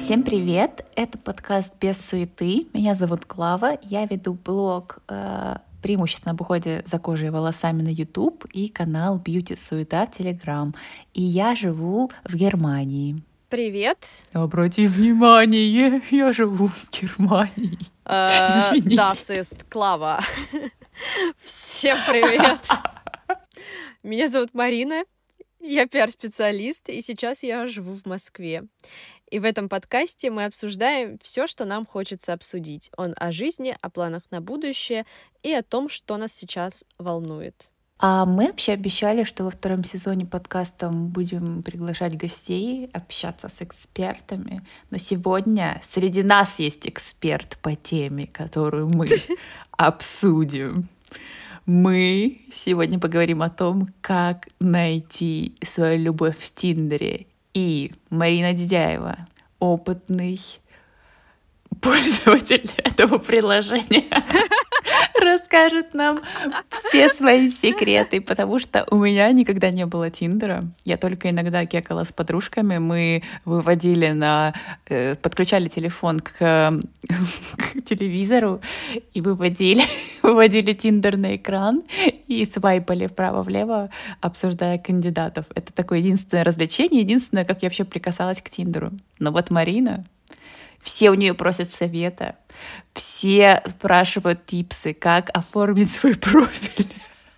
Всем привет! Это подкаст «Без суеты». Меня зовут Клава. Я веду блог преимущественно об уходе за кожей и волосами на YouTube и канал «Бьюти Суета» в Telegram. И я живу в Германии. Привет! Обрати внимание, я живу в Германии. Извините. Das ist Клава. Всем привет! Меня зовут Марина, я пиар-специалист, и сейчас я живу в Москве. И в этом подкасте мы обсуждаем все, что нам хочется обсудить. Он о жизни, о планах на будущее и о том, что нас сейчас волнует. А мы вообще обещали, что во втором сезоне подкаста мы будем приглашать гостей, общаться с экспертами. Но сегодня среди нас есть эксперт по теме, которую мы обсудим. Мы сегодня поговорим о том, как найти свою любовь в Тиндере. И Марина Дидяева, опытный пользователь этого приложения, расскажет нам все свои секреты, потому что у меня никогда не было Тиндера. Я только иногда кекала с подружками. Мы выводили подключали телефон к телевизору и выводили Тиндер на экран и свайпали вправо-влево, обсуждая кандидатов. Это такое единственное развлечение, единственное, как я вообще прикасалась к Тиндеру. Но вот Марина, все у нее просят совета, все спрашивают типсы, как оформить свой профиль,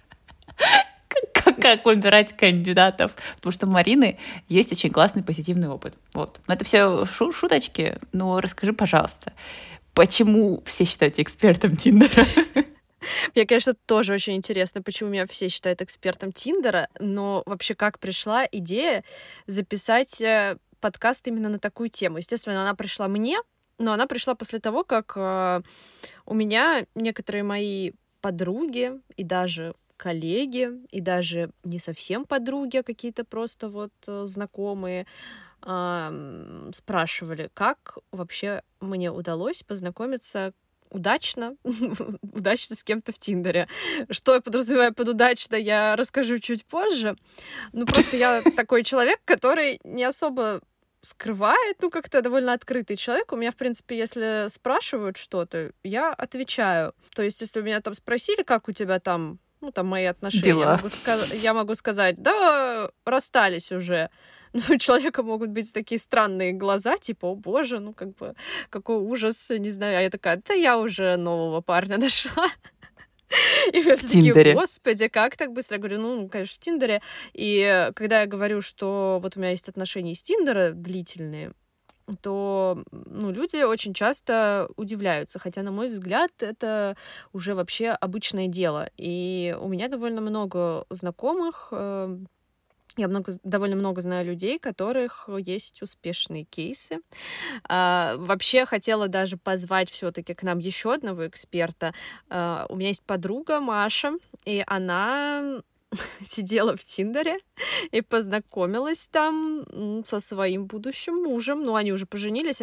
как выбирать кандидатов, потому что у Марины есть очень классный позитивный опыт. Вот. Но это все шуточки, но расскажи, пожалуйста, почему все считают тебя экспертом Тиндера? Мне, конечно, тоже очень интересно, почему меня все считают экспертом Тиндера, но вообще как пришла идея записать подкаст именно на такую тему. Естественно, она пришла мне, но она пришла после того, как у меня некоторые мои подруги и даже коллеги, и даже не совсем подруги, а какие-то просто вот знакомые спрашивали, как вообще мне удалось познакомиться удачно с кем-то в Тиндере. Что я подразумеваю под удачно, я расскажу чуть позже. Ну, просто я такой человек, который не особо скрывает, как-то довольно открытый человек. У меня, в принципе, если спрашивают что-то, я отвечаю. То есть, если меня там спросили, как у тебя там, мои отношения, Дела. Я могу сказать, да, расстались уже. У человека могут быть такие странные глаза, типа, о боже, какой ужас, не знаю. А я такая, да я уже нового парня нашла. И все такие, господи, как так быстро? Я говорю, конечно, в Тиндере. И когда я говорю, что вот у меня есть отношения из Тиндера длительные, то люди очень часто удивляются, хотя, на мой взгляд, это уже вообще обычное дело. И у меня довольно много знакомых, я довольно много знаю людей, у которых есть успешные кейсы. Вообще хотела даже позвать все-таки к нам еще одного эксперта. У меня есть подруга Маша, и она сидела в Тиндере и познакомилась там со своим будущим мужем. Они уже поженились,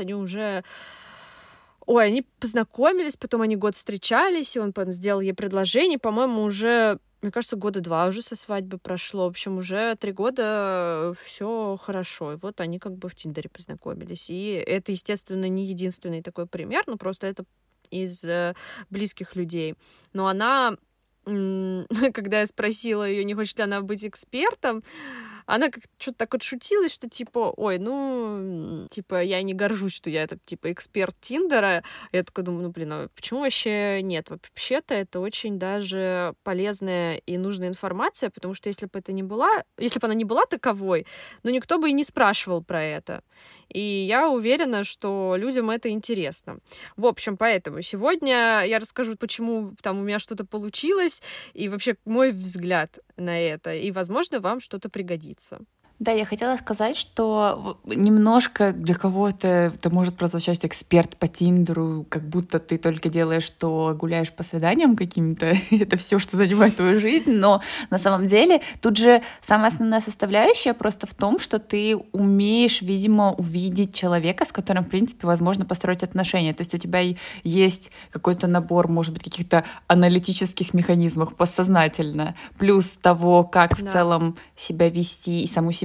они познакомились, потом они год встречались, и он сделал ей предложение. По-моему, уже, мне кажется, 2 года уже со свадьбы прошло. В общем, уже 3 года все хорошо. И вот они в Тиндере познакомились. И это, естественно, не единственный такой пример, просто это из близких людей. Но она, когда я спросила ее, не хочет ли она быть экспертом, она что-то так отшутилась, что ой, я не горжусь, что я эксперт Тиндера. Я такая думаю, а почему вообще нет? Вообще-то это очень даже полезная и нужная информация, потому что если бы она не была таковой, никто бы и не спрашивал про это. И я уверена, что людям это интересно. В общем, поэтому сегодня я расскажу, почему там у меня что-то получилось, и вообще мой взгляд на это, и, возможно, вам что-то пригодится. Да, я хотела сказать, что немножко для кого-то это может прозвучать эксперт по Тиндеру, как будто ты только делаешь, что гуляешь по свиданиям каким-то, это все, что занимает твою жизнь, но на самом деле тут же самая основная составляющая просто в том, что ты умеешь, видимо, увидеть человека, с которым, в принципе, возможно построить отношения. То есть у тебя есть какой-то набор, может быть, каких-то аналитических механизмов подсознательно, плюс того, как в целом себя вести и саму себя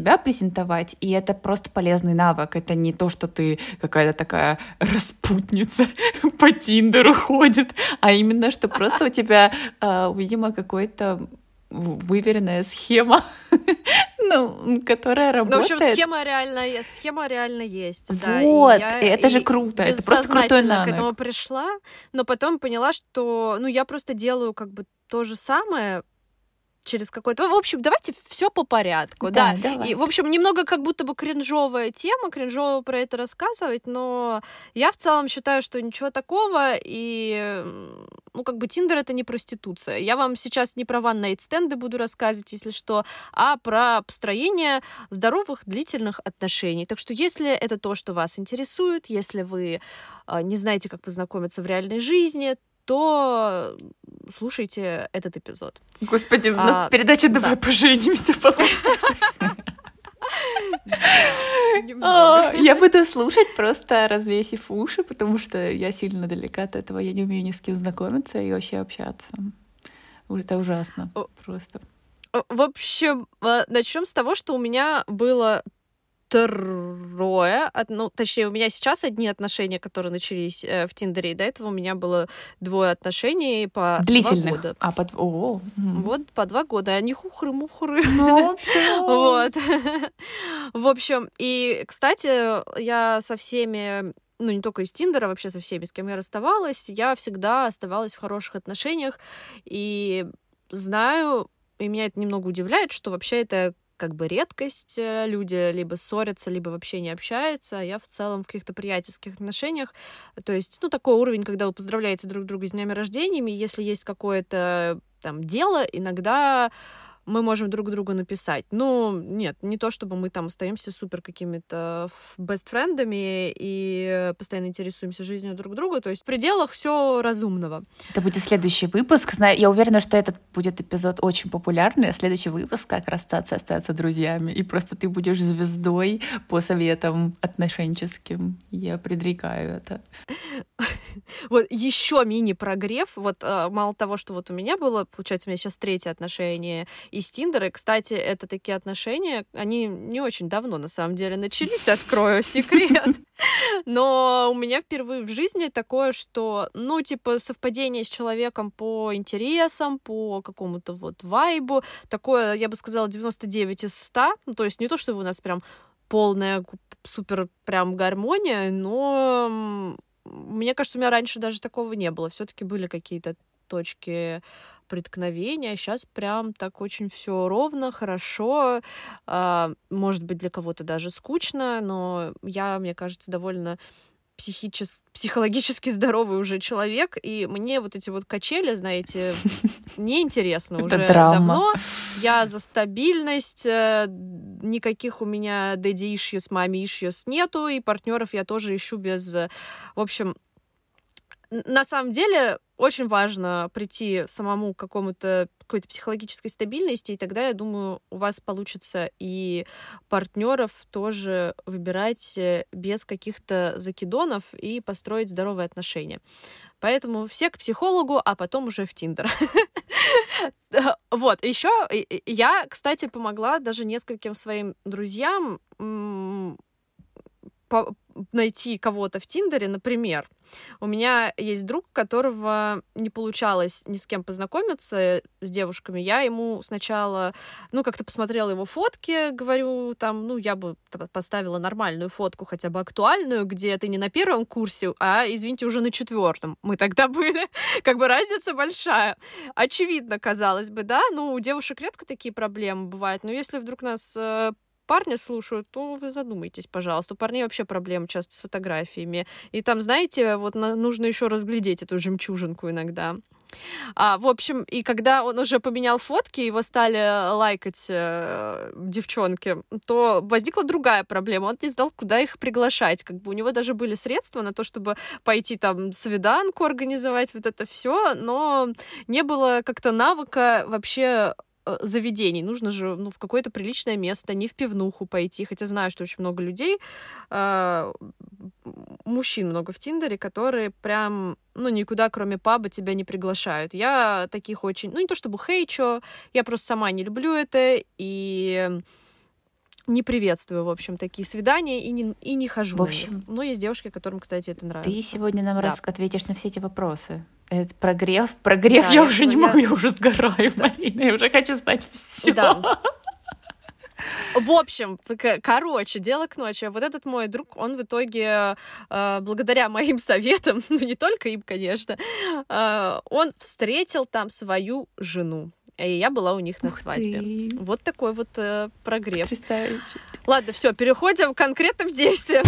себя презентовать, и это просто полезный навык. Это не то, что ты какая-то такая распутница по Тиндеру ходит, а именно, что просто у тебя, видимо, какой-то выверенная схема, ну, которая Ну, в общем, работает. схема реально есть, да. Вот, И я и это же круто, это просто крутой бессознательно к навык. этому пришла, но потом поняла, что, ну, я просто делаю как бы то же самое через какой-то... В общем, давайте все по порядку, да. давай. И, в общем, немного как будто бы кринжовая тема, кринжово про это рассказывать, но я в целом считаю, что ничего такого, и, ну, как бы Тиндер — это не проституция. Я вам сейчас не про one-night-стенды буду рассказывать, если что, а про построение здоровых длительных отношений. Так что если это то, что вас интересует, если вы не знаете, как познакомиться в реальной жизни, то слушайте этот эпизод. Господи, у нас передача «Давай поженимся» получается. Я буду слушать, просто развесив уши, потому что я сильно далека от этого, я не умею ни с кем знакомиться и вообще общаться. Это ужасно просто. В общем, начнем с того, что у меня было трое, ну, точнее, у меня сейчас одни отношения, которые начались в Тиндере, и до этого у меня было 2 отношений по длительных. 2 года. Вот по 2 года, они хухры-мухры. Вот. В общем, и, кстати, я со всеми, ну, не только из Тиндера, вообще со всеми, с кем я расставалась, я всегда оставалась в хороших отношениях, и знаю, и меня это немного удивляет, что вообще это как бы редкость, люди либо ссорятся, либо вообще не общаются, а я в целом в каких-то приятельских отношениях, то есть, ну, такой уровень, когда вы поздравляете друг друга с днями рождениями, если есть какое-то там дело, иногда мы можем друг другу написать. Ну, нет, не то, чтобы мы там остаемся супер какими-то бестфрендами и постоянно интересуемся жизнью друг друга, то есть в пределах все разумного. Это будет следующий выпуск. Я уверена, что этот будет эпизод очень популярный, а следующий выпуск как расстаться, остаться друзьями. И просто ты будешь звездой по советам отношенческим. Я предрекаю это. Вот еще мини-прогрев. Вот мало того, что вот у меня было, получается, у меня сейчас 3-е отношение из Тиндера. И, кстати, это такие отношения, они не очень давно, на самом деле, начались, открою секрет. Но у меня впервые в жизни такое, что, ну, типа, совпадение с человеком по интересам, по какому-то вот вайбу, такое, я бы сказала, 99 из 100. Ну, то есть не то, что у нас прям полная супер прям гармония, но мне кажется, у меня раньше даже такого не было. Все-таки были какие-то точки преткновения. Сейчас прям так очень все ровно, хорошо. Может быть, для кого-то даже скучно, но я, мне кажется, довольно психологически здоровый уже человек, и мне вот эти вот качели, знаете, неинтересно уже давно. Я за стабильность, никаких у меня daddy issues, mommy issues нету, и партнеров я тоже ищу без... В общем, на самом деле очень важно прийти самому к какому-то какой-то психологической стабильности, и тогда, я думаю, у вас получится и партнеров тоже выбирать без каких-то закидонов и построить здоровые отношения. Поэтому все к психологу, а потом уже в Тиндер. Вот, еще я, кстати, помогла даже нескольким своим друзьям найти кого-то в Тиндере. Например, у меня есть друг, которого не получалось ни с кем познакомиться с девушками. Я ему сначала, ну, как-то посмотрела его фотки, говорю, там, ну, я бы поставила нормальную фотку, хотя бы актуальную, где ты не на 1 курсе, а, извините, уже на 4 мы тогда были. Как бы разница большая. Очевидно, казалось бы, да? Ну, у девушек редко такие проблемы бывают, но если вдруг нас парни слушают, то вы задумайтесь, пожалуйста. У парней вообще проблемы часто с фотографиями. И там, знаете, вот нужно еще разглядеть эту жемчужинку иногда. В общем, и когда он уже поменял фотки, его стали лайкать девчонки, то возникла другая проблема. Он не знал, куда их приглашать. Как бы у него даже были средства на то, чтобы пойти там свиданку организовать, вот это все, но не было как-то навыка вообще заведений. Нужно же, ну, в какое-то приличное место, не в пивнуху пойти. Хотя знаю, что очень много людей, мужчин много в Тиндере, которые прям, ну, никуда, кроме паба, тебя не приглашают. Я таких очень... Ну, не то чтобы хейчу, я просто сама не люблю это. И не приветствую, в общем, такие свидания и не хожу В на них. общем, Но есть девушки, которым, кстати, это ты нравится. сегодня нам Да. ответишь на все эти вопросы. Это прогрев Да, я уже не могу, я... я уже сгораю, Марина, я уже хочу знать все. Да. В общем, короче, дело к ночи. Вот этот мой друг, он в итоге, благодаря моим советам, ну не только им, конечно, он встретил там свою жену. И я была у них на Ух свадьбе. ты, Вот такой вот прогрев. потрясающе. Ладно, все, переходим к конкретным действиям.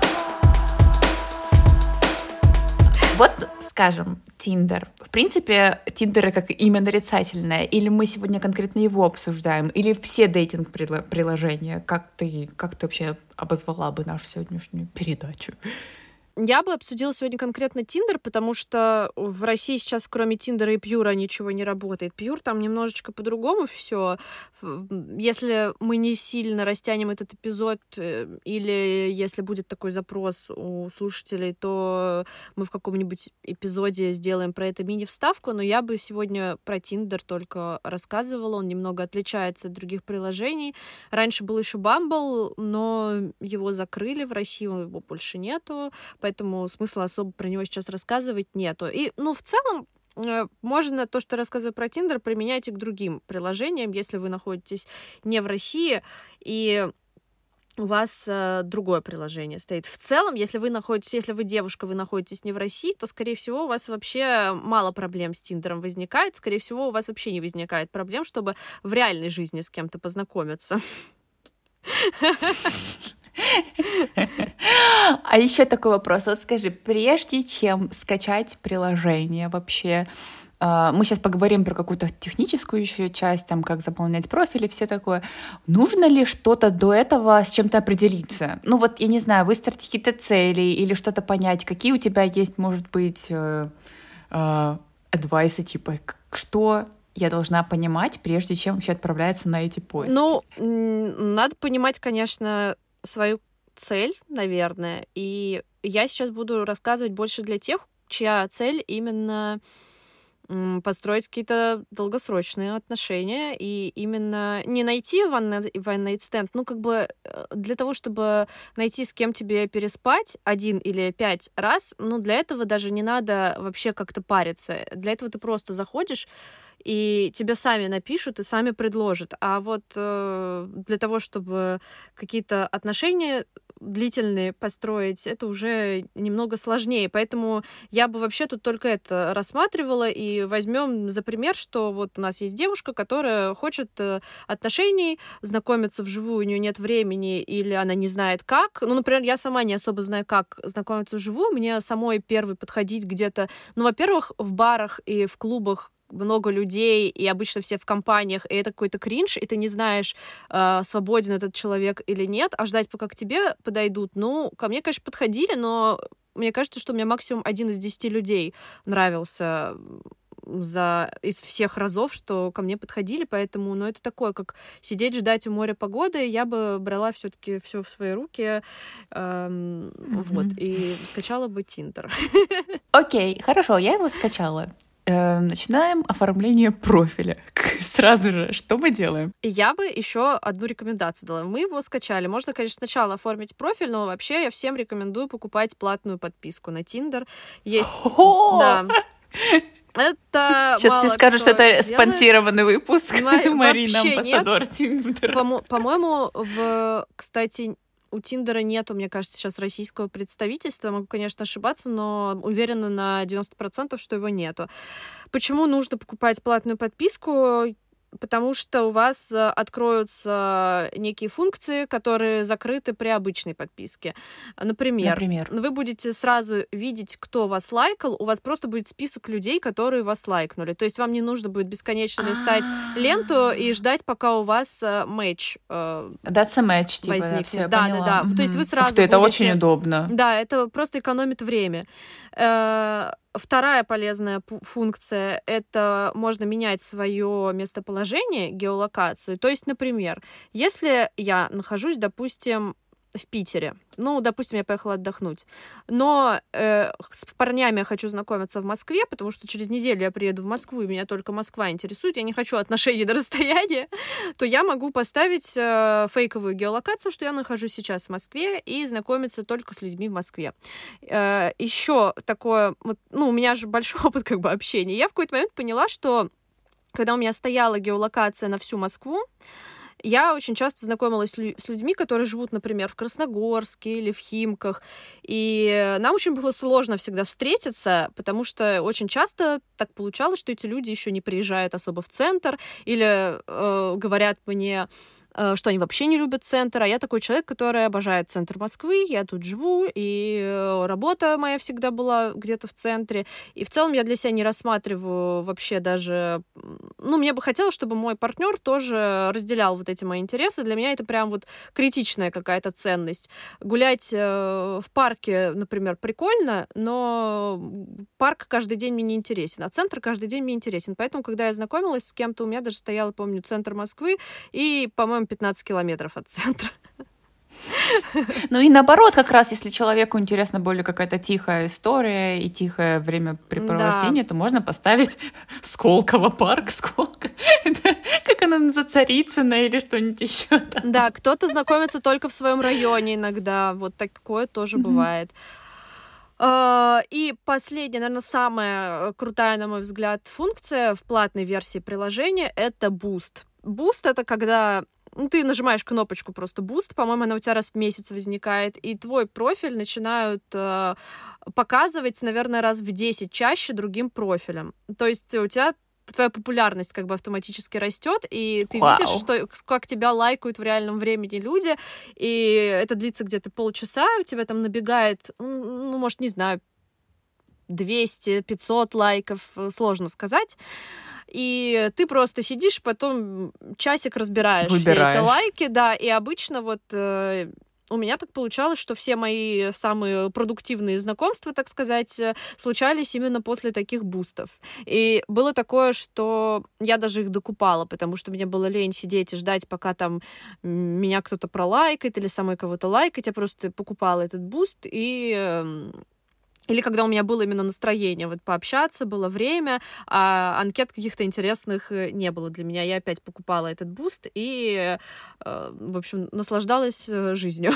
Вот, скажем, Тиндер. В принципе, Тиндер как имя нарицательное. Или мы сегодня конкретно его обсуждаем, или все дейтинг-приложения. Как ты вообще обозвала бы нашу сегодняшнюю передачу? Я бы обсудила сегодня конкретно Тиндер, потому что в России сейчас кроме Тиндера и Пьюра ничего не работает. Пьюр там немножечко по-другому все. Если мы не сильно растянем этот эпизод, или если будет такой запрос у слушателей, то мы в каком-нибудь эпизоде сделаем про это мини-вставку, но я бы сегодня про Тиндер только рассказывала. Он немного отличается от других приложений. Раньше был еще Bumble, но его закрыли в России, его больше нету, поэтому смысла особо про него сейчас рассказывать нету. И, в целом, можно то, что я рассказываю про Tinder, применять и к другим приложениям, если вы находитесь не в России, и у вас другое приложение стоит. В целом, если вы девушка, вы находитесь не в России, то, скорее всего, у вас вообще мало проблем с Тиндером возникает. Скорее всего, у вас вообще не возникает проблем, чтобы в реальной жизни с кем-то познакомиться. А еще такой вопрос. Вот скажи, прежде чем скачать приложение вообще, мы сейчас поговорим про какую-то техническую еще часть, там, как заполнять профили, все такое. Нужно ли что-то до этого с чем-то определиться? Ну вот, я не знаю, выстроить какие-то цели или что-то понять, какие у тебя есть, может быть, адвайсы, типа, что я должна понимать, прежде чем вообще отправляться на эти поиски? Надо понимать, конечно, свою цель, наверное, и я сейчас буду рассказывать больше для тех, чья цель именно построить какие-то долгосрочные отношения и именно не найти one night stand, для того, чтобы найти с кем тебе переспать 1 или 5 раз, для этого даже не надо вообще как-то париться. Для этого ты просто заходишь, и тебе сами напишут и сами предложат. А вот для того, чтобы какие-то отношения длительные построить, это уже немного сложнее. Поэтому я бы вообще тут только это рассматривала. И возьмем за пример, что вот у нас есть девушка, которая хочет отношений, знакомиться вживую, у нее нет времени или она не знает как. Например, я сама не особо знаю, как знакомиться вживую. Мне самой первой подходить где-то, во-первых, в барах и в клубах много людей, и обычно все в компаниях, и это какой-то кринж, и ты не знаешь, свободен этот человек или нет, а ждать, пока к тебе подойдут. Ко мне, конечно, подходили, но мне кажется, что у меня максимум 1 из 10 людей нравился из всех разов, что ко мне подходили, поэтому, это такое, как сидеть, ждать у моря погоды, я бы брала все-таки все в свои руки, вот, и скачала бы Тиндер. Окей, хорошо, я его скачала. Начинаем оформление профиля. Сразу же, что мы делаем? Я бы еще одну рекомендацию дала. Мы его скачали. Можно, конечно, сначала оформить профиль, но вообще я всем рекомендую покупать платную подписку на Тиндер. Есть... Да. Это сейчас тебе скажут, что это спонсированный выпуск. Марина, амбассадор Тиндера. По-моему, кстати, у Тиндера нету, мне кажется, сейчас российского представительства. Я могу, конечно, ошибаться, но уверена на 90%, что его нету. Почему нужно покупать платную подписку? Потому что у вас откроются некие функции, которые закрыты при обычной подписке. Например, вы будете сразу видеть, кто вас лайкал, у вас просто будет список людей, которые вас лайкнули. То есть вам не нужно будет бесконечно листать ленту и ждать, пока у вас матч That's a match, возникнет. Да. То есть вы сразу будете... это очень удобно. Да, это просто экономит время. Вторая полезная функция — это можно менять свое местоположение, геолокацию. То есть, например, если я нахожусь, допустим, в Питере. Ну, допустим, я поехала отдохнуть. Но с парнями я хочу знакомиться в Москве, потому что через неделю я приеду в Москву, и меня только Москва интересует, я не хочу отношений до расстояния, то я могу поставить фейковую геолокацию, что я нахожусь сейчас в Москве, и знакомиться только с людьми в Москве. Еще такое, вот, ну, у меня же большой опыт как бы общения. Я в какой-то момент поняла, что когда у меня стояла геолокация на всю Москву, я очень часто знакомилась с людьми, которые живут, например, в Красногорске или в Химках, и нам очень было сложно всегда встретиться, потому что очень часто так получалось, что эти люди еще не приезжают особо в центр или говорят мне, что они вообще не любят центр, а я такой человек, который обожает центр Москвы, я тут живу, и работа моя всегда была где-то в центре, и в целом я для себя не рассматриваю вообще даже... Ну, мне бы хотелось, чтобы мой партнер тоже разделял вот эти мои интересы, для меня это прям вот критичная какая-то ценность. Гулять в парке, например, прикольно, но парк каждый день мне не интересен, а центр каждый день мне интересен, поэтому, когда я знакомилась с кем-то, у меня даже стоял, помню, центр Москвы, и, по-моему, 15 километров от центра. Ну и наоборот, как раз, если человеку интересна более какая-то тихая история и тихое времяпрепровождение, то можно поставить Сколково парк, как она называется, Царицына или что-нибудь еще там. Да, кто-то знакомится только в своем районе иногда, вот такое тоже бывает. И последняя, наверное, самая крутая, на мой взгляд, функция в платной версии приложения — это Boost. Boost — это когда ты нажимаешь кнопочку просто Boost, по-моему, она у тебя раз в месяц возникает, и твой профиль начинают показывать, наверное, раз в 10 чаще другим профилям. То есть у тебя твоя популярность как бы автоматически растет, и ты видишь, что, как тебя лайкают в реальном времени люди, и это длится где-то полчаса, у тебя там набегает, ну, может, не знаю, 200-500 лайков, сложно сказать. И ты просто сидишь, потом часик разбираешь все эти лайки, да, и обычно вот у меня так получалось, что все мои самые продуктивные знакомства, так сказать, случались именно после таких бустов. И было такое, что я даже их докупала, потому что мне было лень сидеть и ждать, пока там меня кто-то пролайкает или самой кого-то лайкать. Я просто покупала этот буст и... Или когда у меня было именно настроение вот пообщаться, было время, а анкет каких-то интересных не было для меня. Я опять покупала этот буст и, в общем, наслаждалась жизнью.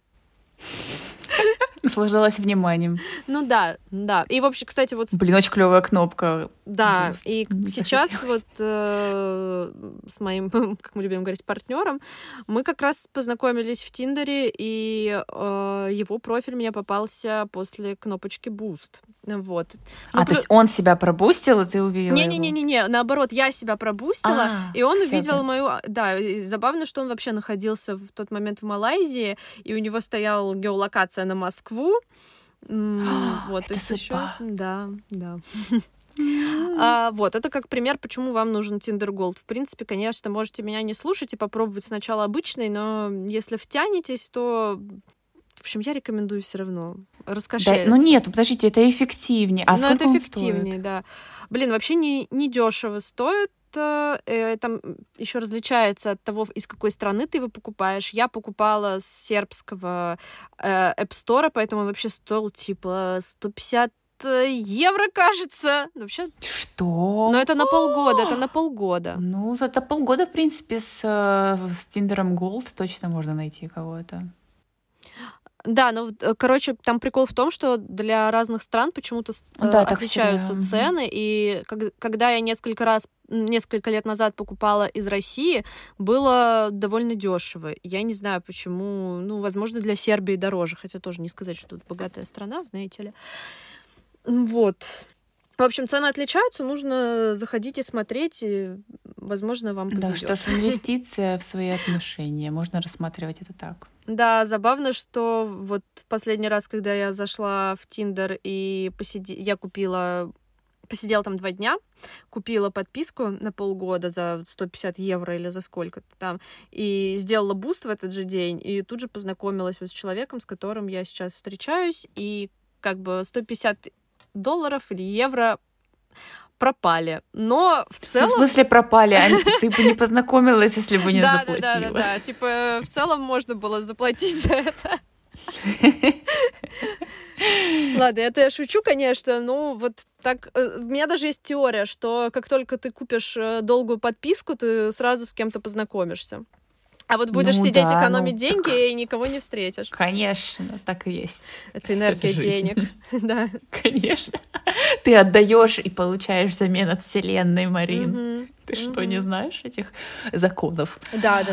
Наслаждалась вниманием. Ну да, да. И, в общем, кстати, вот... Блин, очень клевая кнопка. Да, и сейчас вот с моим, как мы любим говорить, партнером, мы как раз познакомились в Тиндере, и его профиль мне попался после кнопочки Boost. Вот. То есть он себя пробустил, и ты увидела его? Не-не-не, наоборот, я себя пробустила, и он увидел мою... Да, и забавно, что он вообще находился в тот момент в Малайзии, и у него стояла геолокация на Москву. Вот, это судьба. Да. Вот, это как пример, почему вам нужен Tinder Gold. В принципе, конечно, можете меня не слушать и попробовать сначала обычный, но если втянетесь, то... В общем, я рекомендую все равно раскошелиться. Да, ну нет, подождите, это эффективнее. А сколько это эффективнее, да. Блин, вообще не дешево стоит. Там еще различается от того, из какой страны ты его покупаешь. Я покупала с сербского App Store, поэтому он вообще стоил типа 150 евро, кажется. Вообще... Что? Но это на полгода, Ну, за это полгода, в принципе, с Тиндером Gold точно можно найти кого-то. Да, ну, короче, там прикол в том, что для разных стран почему-то отличаются цены, и когда я несколько лет назад покупала из России, было довольно дешево. Я не знаю, почему, ну, возможно, для Сербии дороже, хотя тоже не сказать, что тут богатая страна, знаете ли. Вот. В общем, цены отличаются, нужно заходить и смотреть, и, возможно, вам повезет. Да, что ж, инвестиция в свои отношения, можно рассматривать это так. Да, забавно, что вот в последний раз, когда я зашла в Тиндер и я посидела там 2 дня, купила подписку на полгода за 150 евро или за сколько-то там, и сделала буст в этот же день, и тут же познакомилась вот с человеком, с которым я сейчас встречаюсь, и как бы $150 или евро пропали. Но в В целом... смысле пропали? Ты бы не познакомилась, если бы не заплатила. Да. Типа, в целом можно было заплатить за это. Ладно, это я шучу, конечно, но вот так... У меня даже есть теория, что как только ты купишь долгую подписку, ты сразу с кем-то познакомишься. А вот будешь сидеть экономить деньги и никого не встретишь. Конечно, так и есть. Это энергия денег. Да. Конечно. Ты отдаешь и получаешь взамен от вселенной, Марин. Ты что, не знаешь этих законов? Да.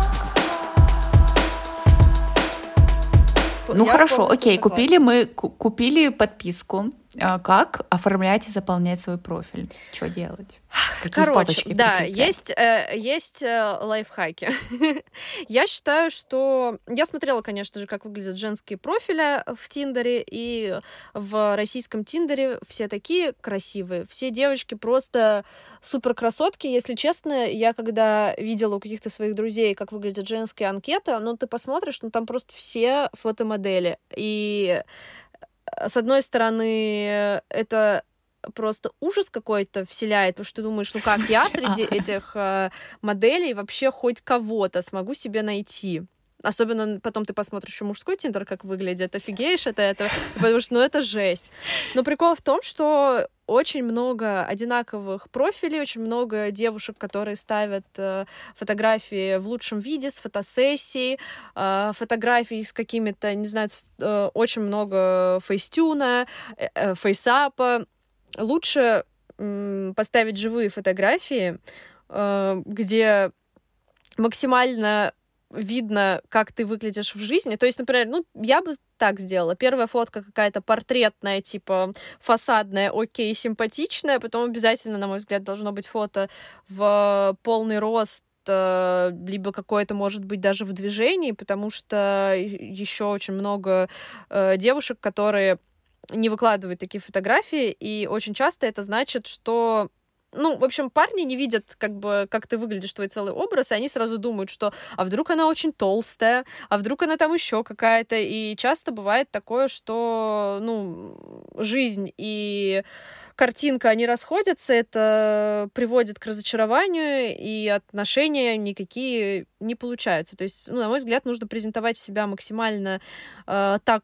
Ну хорошо, окей, купили подписку. Как оформлять и заполнять свой профиль? Что делать? Короче, да, есть лайфхаки. Я считаю, что... Я смотрела, конечно же, как выглядят женские профили в Тиндере, и в российском Тиндере все такие красивые. Все девочки просто супер красотки. Если честно, я когда видела у каких-то своих друзей, как выглядят женские анкеты, ну, ты посмотришь, ну, там просто все фотомодели. И с одной стороны, это просто ужас какой-то вселяет, потому что ты думаешь, ну как я среди этих моделей вообще хоть кого-то смогу себе найти? Особенно потом ты посмотришь еще мужской Тиндер, как выглядит, офигеешь от этого, потому что, ну, это жесть. Но прикол в том, что очень много одинаковых профилей, очень много девушек, которые ставят фотографии в лучшем виде, с фотосессией, фотографии с какими-то, не знаю, очень много фейстюна, фейсапа. Лучше поставить живые фотографии, где максимально видно, как ты выглядишь в жизни. То есть, например, ну, я бы так сделала. Первая фотка какая-то портретная, типа фасадная, окей, симпатичная. Потом обязательно, на мой взгляд, должно быть фото в полный рост, либо какое-то, может быть, даже в движении, потому что еще очень много девушек, которые не выкладывают такие фотографии, и очень часто это значит, что... Ну, в общем, парни не видят, как бы, как ты выглядишь, твой целый образ, и они сразу думают, что а вдруг она очень толстая, а вдруг она там еще какая-то. И часто бывает такое, что, ну, жизнь и картинка, они расходятся, это приводит к разочарованию, и отношения никакие не получаются. То есть, ну, на мой взгляд, нужно презентовать себя максимально так,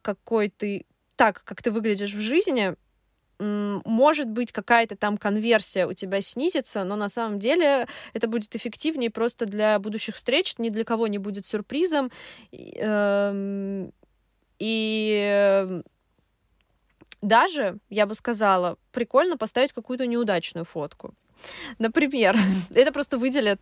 как ты выглядишь в жизни. Может быть, какая-то там конверсия у тебя снизится, но на самом деле это будет эффективнее просто для будущих встреч, ни для кого не будет сюрпризом. И даже, я бы сказала, прикольно поставить какую-то неудачную фотку. Например, это просто выделит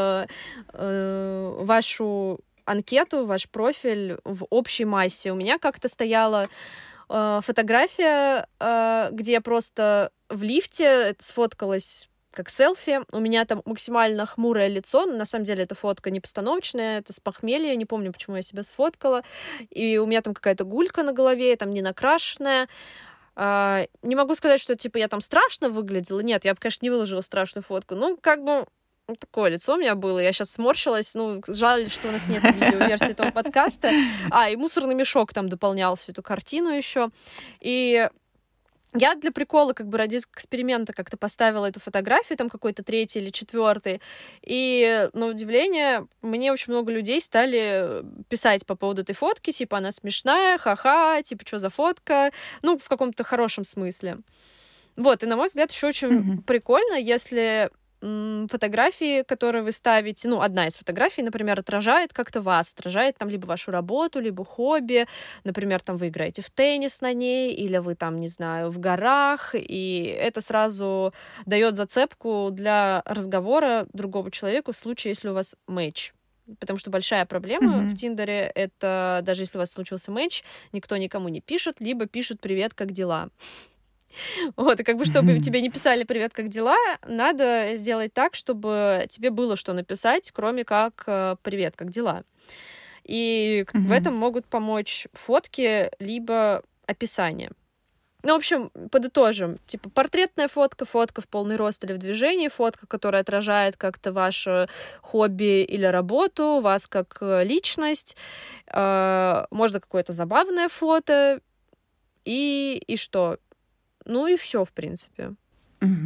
вашу анкету, ваш профиль в общей массе. У меня как-то стояла фотография, где я просто в лифте сфоткалась как селфи. У меня там максимально хмурое лицо. На самом деле, эта фотка не постановочная, это с похмелья. Не помню, почему я себя сфоткала. И у меня там какая-то гулька на голове, там не накрашенная. Не могу сказать, что, типа, я там страшно выглядела. Нет, я бы, конечно, не выложила страшную фотку. Ну, как бы... Такое лицо у меня было, я сейчас сморщилась, ну, жаль, что у нас нет видеоверсии этого подкаста. И мусорный мешок там дополнял всю эту картину еще. И я для прикола, как бы ради эксперимента как-то поставила эту фотографию, там какой-то 3-й или 4-й. И, на удивление, мне очень много людей стали писать по поводу этой фотки, типа, она смешная, ха-ха, типа, что за фотка? Ну, в каком-то хорошем смысле. Вот, и, на мой взгляд, еще очень прикольно, если фотографии, которые вы ставите, ну, одна из фотографий, например, отражает как-то вас, отражает там либо вашу работу, либо хобби, например, там вы играете в теннис на ней, или вы там, не знаю, в горах, и это сразу дает зацепку для разговора другому человеку в случае, если у вас матч. Потому что большая проблема в Тиндере — это даже если у вас случился матч, никто никому не пишет, либо пишут «Привет, как дела?». Вот, и как бы, чтобы тебе не писали «Привет, как дела?», надо сделать так, чтобы тебе было что написать, кроме как «Привет, как дела?». И в этом могут помочь фотки, либо описание. Ну, в общем, подытожим. Типа портретная фотка, фотка в полный рост или в движении, фотка, которая отражает как-то ваше хобби или работу, вас как личность. Можно какое-то забавное фото. И что? Ну и все, в принципе.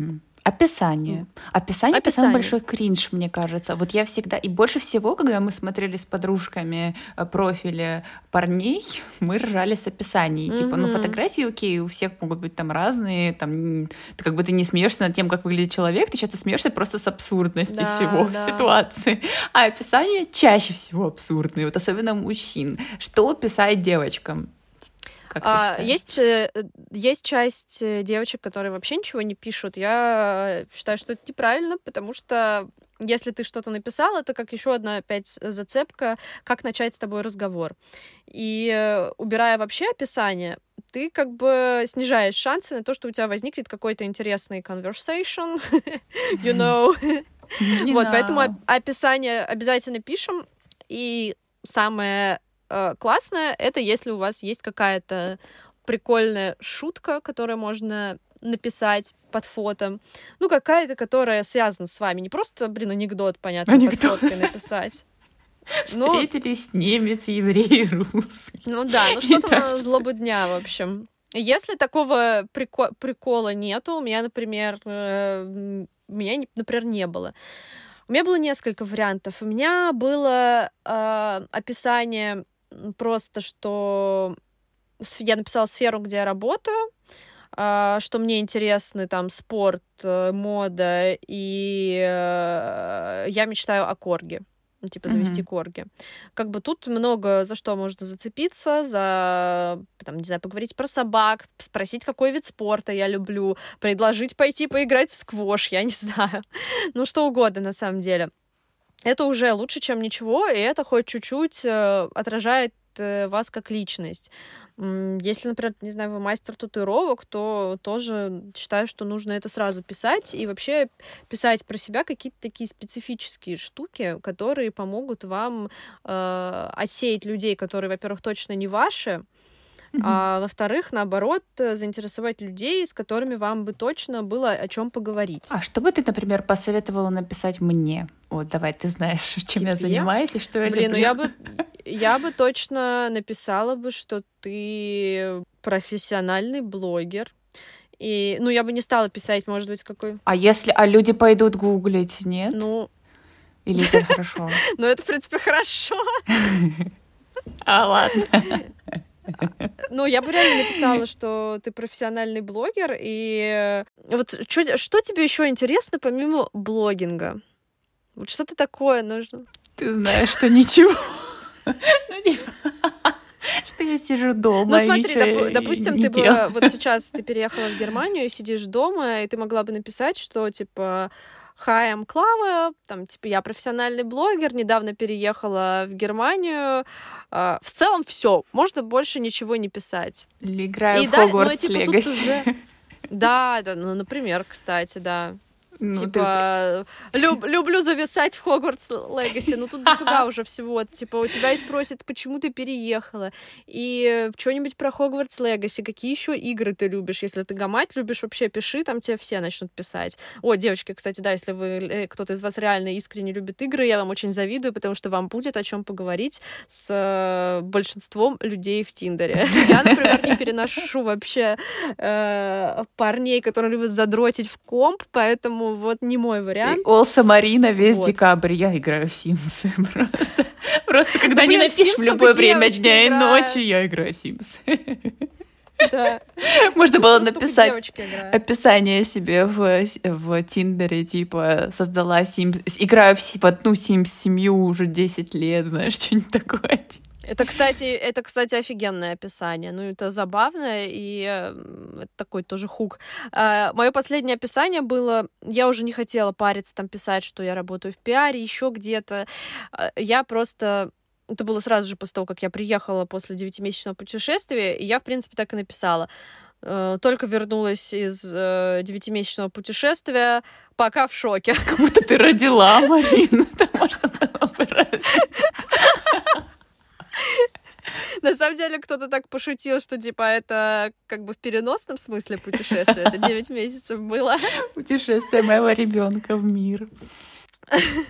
Описание. Описание — это самый Описание. большой кринж, мне кажется. Вот я всегда... И больше всего, когда мы смотрели с подружками профили парней, мы ржали с описаний. Типа, ну, Мгм. фотографии, окей, у всех могут быть там разные, там, ты как бы ты не смеешься над тем, как выглядит человек, ты часто смеешься просто с абсурдности Да, всего да. ситуации. А описания чаще всего абсурдные, вот особенно мужчин. Что писать девочкам, как ты считаешь? Есть часть девочек, которые вообще ничего не пишут. Я считаю, что это неправильно, потому что если ты что-то написал, это как еще одна опять зацепка, как начать с тобой разговор. И убирая вообще описание, ты как бы снижаешь шансы на то, что у тебя возникнет какой-то интересный conversation, you know. Не Вот, поэтому знаю. описание обязательно пишем. И самое классное — это если у вас есть какая-то прикольная шутка, которую можно написать под фото. Ну, какая-то, которая связана с вами. Не просто, блин, анекдот, понятно, под Анекдот. фоткой написать. Ну, Встретились немец, еврей, русский. ну да, ну И что-то так на злобу дня, в общем. Если такого прикола нету, у меня, например, например, не было. У меня было несколько вариантов. У меня было описание просто, что я написала сферу, где я работаю, что мне интересны там спорт, мода, и я мечтаю о корге. Ну, типа завести Мгм. корги. Как бы тут много за что можно зацепиться, там, не знаю, поговорить про собак, спросить, какой вид спорта я люблю, предложить пойти поиграть в сквош, я не знаю. Ну, что угодно, на самом деле. Это уже лучше, чем ничего, и это хоть чуть-чуть отражает вас как личность. Если, например, не знаю, вы мастер татуировок, то тоже считаю, что нужно это сразу писать и вообще писать про себя какие-то такие специфические штуки, которые помогут вам отсеять людей, которые, во-первых, точно не ваши, Мгм. а во-вторых, наоборот, заинтересовать людей, с которыми вам бы точно было о чем поговорить. А что бы ты, например, посоветовала написать мне? Вот, давай, ты знаешь, чем я Тебе? занимаюсь и что я Блин, ну люблю. я бы точно написала бы, что ты профессиональный блогер. И, ну, я бы не стала писать, может быть, какой... А люди пойдут гуглить, нет? Ну, Или это хорошо? ну это, в принципе, хорошо. А, ладно. Ну, я бы реально написала, что ты профессиональный блогер. И вот что тебе еще интересно помимо блогинга? Вот что-то такое нужно. Ты знаешь, что ничего. Ну, типа, что я сижу Ну, дома и смотри, ничего допустим, не ты делаю. бы... Вот сейчас ты переехала в Германию и сидишь дома, и ты могла бы написать, что, типа, Hi, I'm Клава, там, типа, я профессиональный блогер, недавно переехала в Германию. В целом все, можно больше ничего не писать. Или играю И в да, ну, и, Хогвартс типа, тут Легаси. уже... Да, ну, например, кстати, да. Ну, ты... Типа, люблю зависать в Хогвартс Легаси, ну тут дофига уже всего. Типа, у тебя и спросят, почему ты переехала, и что-нибудь про Хогвартс Легаси, какие еще игры ты любишь. Если ты гамать любишь, вообще пиши, там тебе все начнут писать. О, девочки, кстати, да, если кто-то из вас реально искренне любит игры, я вам очень завидую, потому что вам будет о чем поговорить с большинством людей в Тиндере. Я, например, не переношу вообще парней, которые любят задротить в комп, поэтому вот не мой вариант. Олса Марина весь Вот. декабрь. Я играю в Симсы просто. Просто когда Да, не блин, в напишешь Sims в любое только время девочки дня и играют. ночи, я играю в Симсы. Да. Можно В Sims было просто только написать девочки играют. описание себе в Тиндере, типа, создала Sims, играю в одну Sims семью уже 10 лет, знаешь, что-нибудь такое. Это, кстати, офигенное описание. Ну, это забавно, и это такой тоже хук. Мое последнее описание было... Я уже не хотела париться, там, писать, что я работаю в пиаре, еще где-то. Я просто... Это было сразу же после того, как я приехала после 9-месячного путешествия, и я, в принципе, так и написала. Только вернулась из 9-месячного путешествия, пока в шоке. Как будто ты родила, Марина. Это можно было бы разве? На самом деле, кто-то так пошутил, что, типа, это как бы в переносном смысле путешествие. Это 9 месяцев было. Путешествие моего ребенка в мир.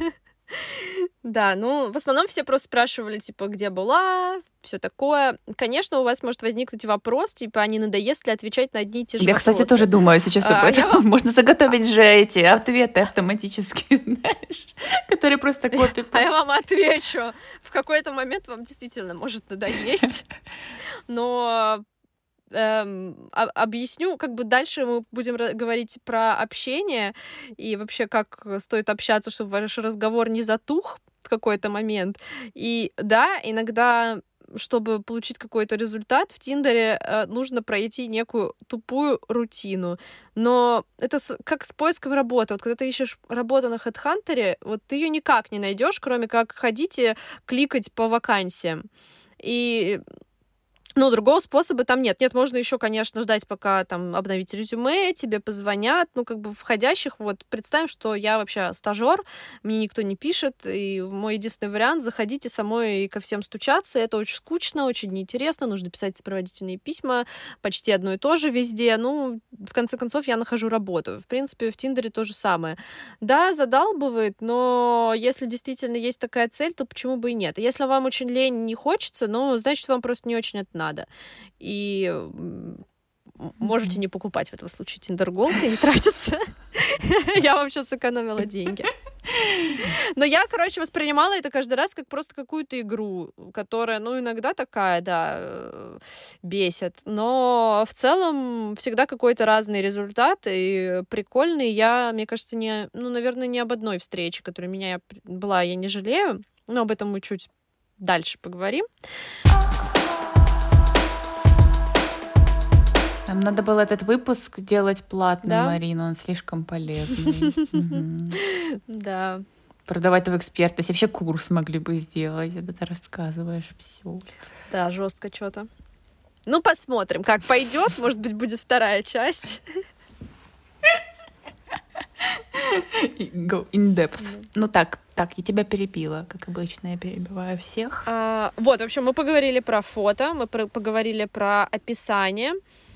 Да, ну, в основном все просто спрашивали, типа, где была, все такое. Конечно, у вас может возникнуть вопрос, типа, а не надоест ли отвечать на одни и те же Я, кстати, вопросы? тоже думаю сейчас об Я этом. Можно заготовить же эти ответы автоматически, знаешь, которые просто копи. я вам отвечу. В какой-то момент вам действительно может надоесть. Но объясню, как бы дальше мы будем говорить про общение и вообще, как стоит общаться, чтобы ваш разговор не затух в какой-то момент. И да, иногда, чтобы получить какой-то результат в Тиндере, нужно пройти некую тупую рутину. Но это как с поиском работы. Вот когда ты ищешь работу на HeadHunter, вот ты ее никак не найдешь, кроме как ходить и кликать по вакансиям. И ну, другого способа там нет. Нет, можно еще, конечно, ждать, пока там обновить резюме, тебе позвонят. Ну, как бы входящих, вот, представим, что я вообще стажер, мне никто не пишет, и мой единственный вариант — заходить и самой ко всем стучаться. Это очень скучно, очень неинтересно, нужно писать сопроводительные письма, почти одно и то же везде. Ну, в конце концов, я нахожу работу. В принципе, в Тиндере то же самое. Да, задалбывает, но если действительно есть такая цель, то почему бы и нет? Если вам очень лень, не хочется, ну, значит, вам просто не очень это надо. И можете не покупать в этом случае Tinder Gold и не тратиться. Я вам сейчас сэкономила деньги. Но я, короче, воспринимала это каждый раз как просто какую-то игру, которая, ну, иногда такая, да, бесит. Но в целом всегда какой-то разный результат и прикольный. Я, мне кажется, наверное, не об одной встрече, которая у меня была, я не жалею. Но об этом мы чуть дальше поговорим. Нам надо было этот выпуск делать платным, да? Марина, он слишком полезный. Да. Продавать твою экспертность. Вообще курс могли бы сделать, это ты рассказываешь все. Да, жестко что-то. Ну, посмотрим, как пойдет. Может быть, будет вторая часть. Go in depth. Ну так, я тебя перебила, как обычно, я перебиваю всех. Вот, в общем, мы поговорили про фото, мы поговорили про описание.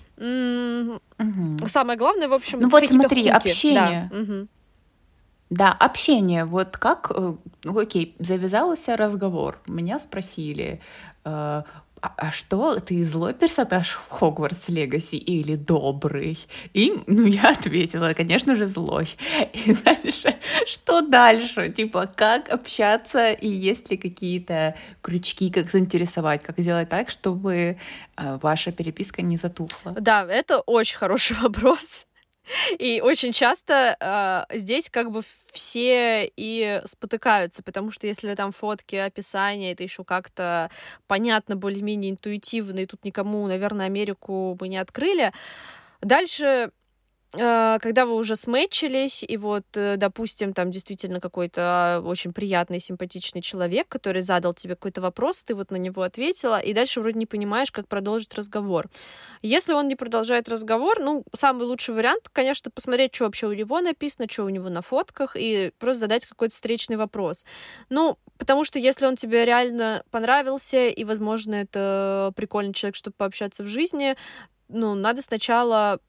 Самое главное, в общем, ну вот хуки. смотри, общение. Да. Да, общение. Вот как, окей, завязался разговор. Меня спросили, а что, ты злой персонаж в Хогвартс Легаси или добрый? И, я ответила, конечно же, злой. И дальше, что дальше? Типа, как общаться, и есть ли какие-то крючки, как заинтересовать, как сделать так, чтобы ваша переписка не затухла? Да, это очень хороший вопрос. И очень часто здесь как бы все и спотыкаются, потому что если там фотки, описание, это еще как-то понятно, более-менее интуитивно, и тут никому, наверное, Америку мы не открыли. Дальше, когда вы уже сметчились, и вот, допустим, там действительно какой-то очень приятный, симпатичный человек, который задал тебе какой-то вопрос, ты вот на него ответила, и дальше вроде не понимаешь, как продолжить разговор. Если он не продолжает разговор, ну, самый лучший вариант, конечно, посмотреть, что вообще у него написано, что у него на фотках, и просто задать какой-то встречный вопрос. Ну, потому что если он тебе реально понравился, и, возможно, это прикольный человек, чтобы пообщаться в жизни, ну, надо сначала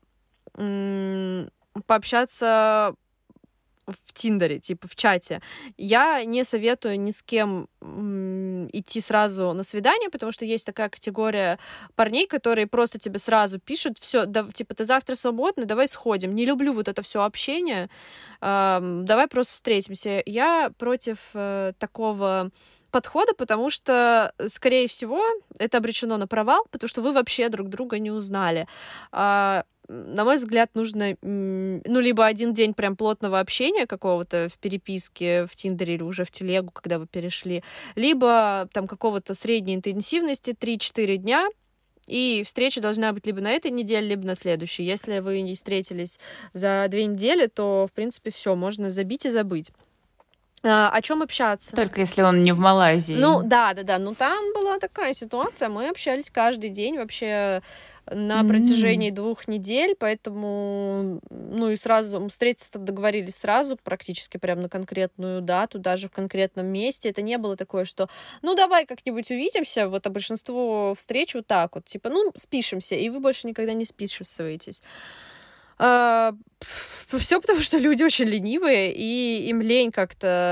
пообщаться в Тиндере, типа в чате. Я не советую ни с кем идти сразу на свидание, потому что есть такая категория парней, которые просто тебе сразу пишут: все, да, типа, ты завтра свободна, давай сходим. Не люблю вот это все общение, давай просто встретимся. Я против такого подхода, потому что, скорее всего, это обречено на провал, потому что вы вообще друг друга не узнали. На мой взгляд, нужно, либо один день прям плотного общения какого-то в переписке, в Тиндере или уже в телегу, когда вы перешли, либо там какого-то средней интенсивности 3-4 дня, и встреча должна быть либо на этой неделе, либо на следующей. Если вы не встретились за 2 недели, то, в принципе, все, можно забить и забыть. О чем общаться? Только если он не в Малайзии. Ну, да. Ну, там была такая ситуация. Мы общались каждый день вообще на протяжении 2 недель, поэтому, и сразу встретиться договорились сразу, практически прям на конкретную дату, даже в конкретном месте. Это не было такое, что, давай как-нибудь увидимся, вот, а большинство встреч вот так вот, типа, спишемся, и вы больше никогда не списываетесь. Все потому, что люди очень ленивые, и им лень как-то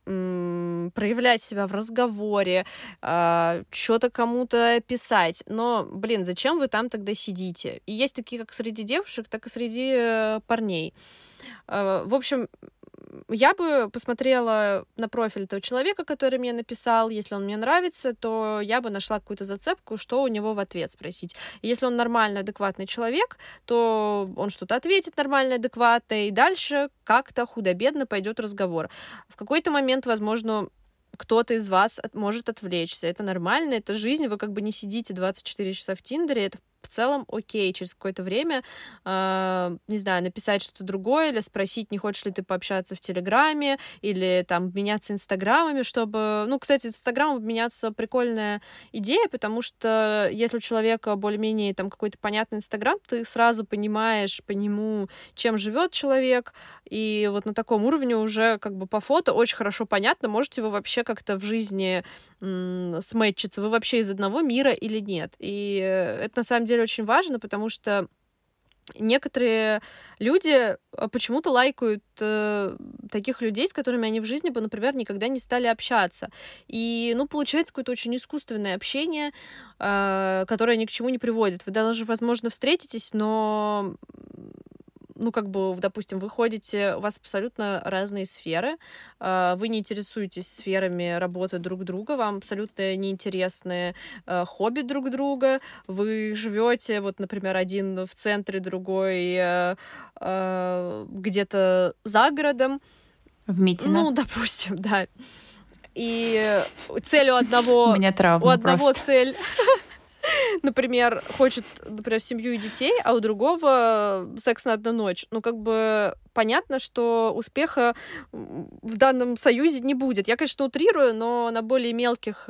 проявлять себя в разговоре, что-то кому-то писать. Но, блин, зачем вы там тогда сидите? И есть такие как среди девушек, так и среди парней. В общем, я бы посмотрела на профиль этого человека, который мне написал. Если он мне нравится, то я бы нашла какую-то зацепку, что у него в ответ спросить. И если он нормальный, адекватный человек, то он что-то ответит нормально, адекватно, и дальше как-то худо-бедно пойдет разговор. В какой-то момент, возможно, кто-то из вас может отвлечься. Это нормально, это жизнь. Вы как бы не сидите 24 часа в Тиндере. Это в целом окей. Через какое-то время, не знаю, написать что-то другое или спросить, не хочешь ли ты пообщаться в Телеграме или там обменяться инстаграмами, чтобы... Ну, кстати, инстаграм обменяться прикольная идея, потому что если у человека более-менее там какой-то понятный инстаграм, ты сразу понимаешь по нему, чем живет человек, и вот на таком уровне уже как бы по фото очень хорошо понятно, можете вы вообще как-то в жизни сметчиться, вы вообще из одного мира или нет. И это на самом деле очень важно, потому что некоторые люди почему-то лайкают таких людей, с которыми они в жизни бы, например, никогда не стали общаться. И, ну, получается какое-то очень искусственное общение, которое ни к чему не приводит. Вы даже, возможно, встретитесь, но ну, как бы, допустим, вы ходите, у вас абсолютно разные сферы, вы не интересуетесь сферами работы друг друга, вам абсолютно неинтересны хобби друг друга, вы живете, вот, например, один в центре, другой где-то за городом. В Митино. Ну, допустим, да. И цель у одного... У меня травма просто. цель... Например, хочет, например, семью и детей, а у другого секс на одну ночь. Ну, как бы понятно, что успеха в данном союзе не будет. Я, конечно, утрирую, но на более мелких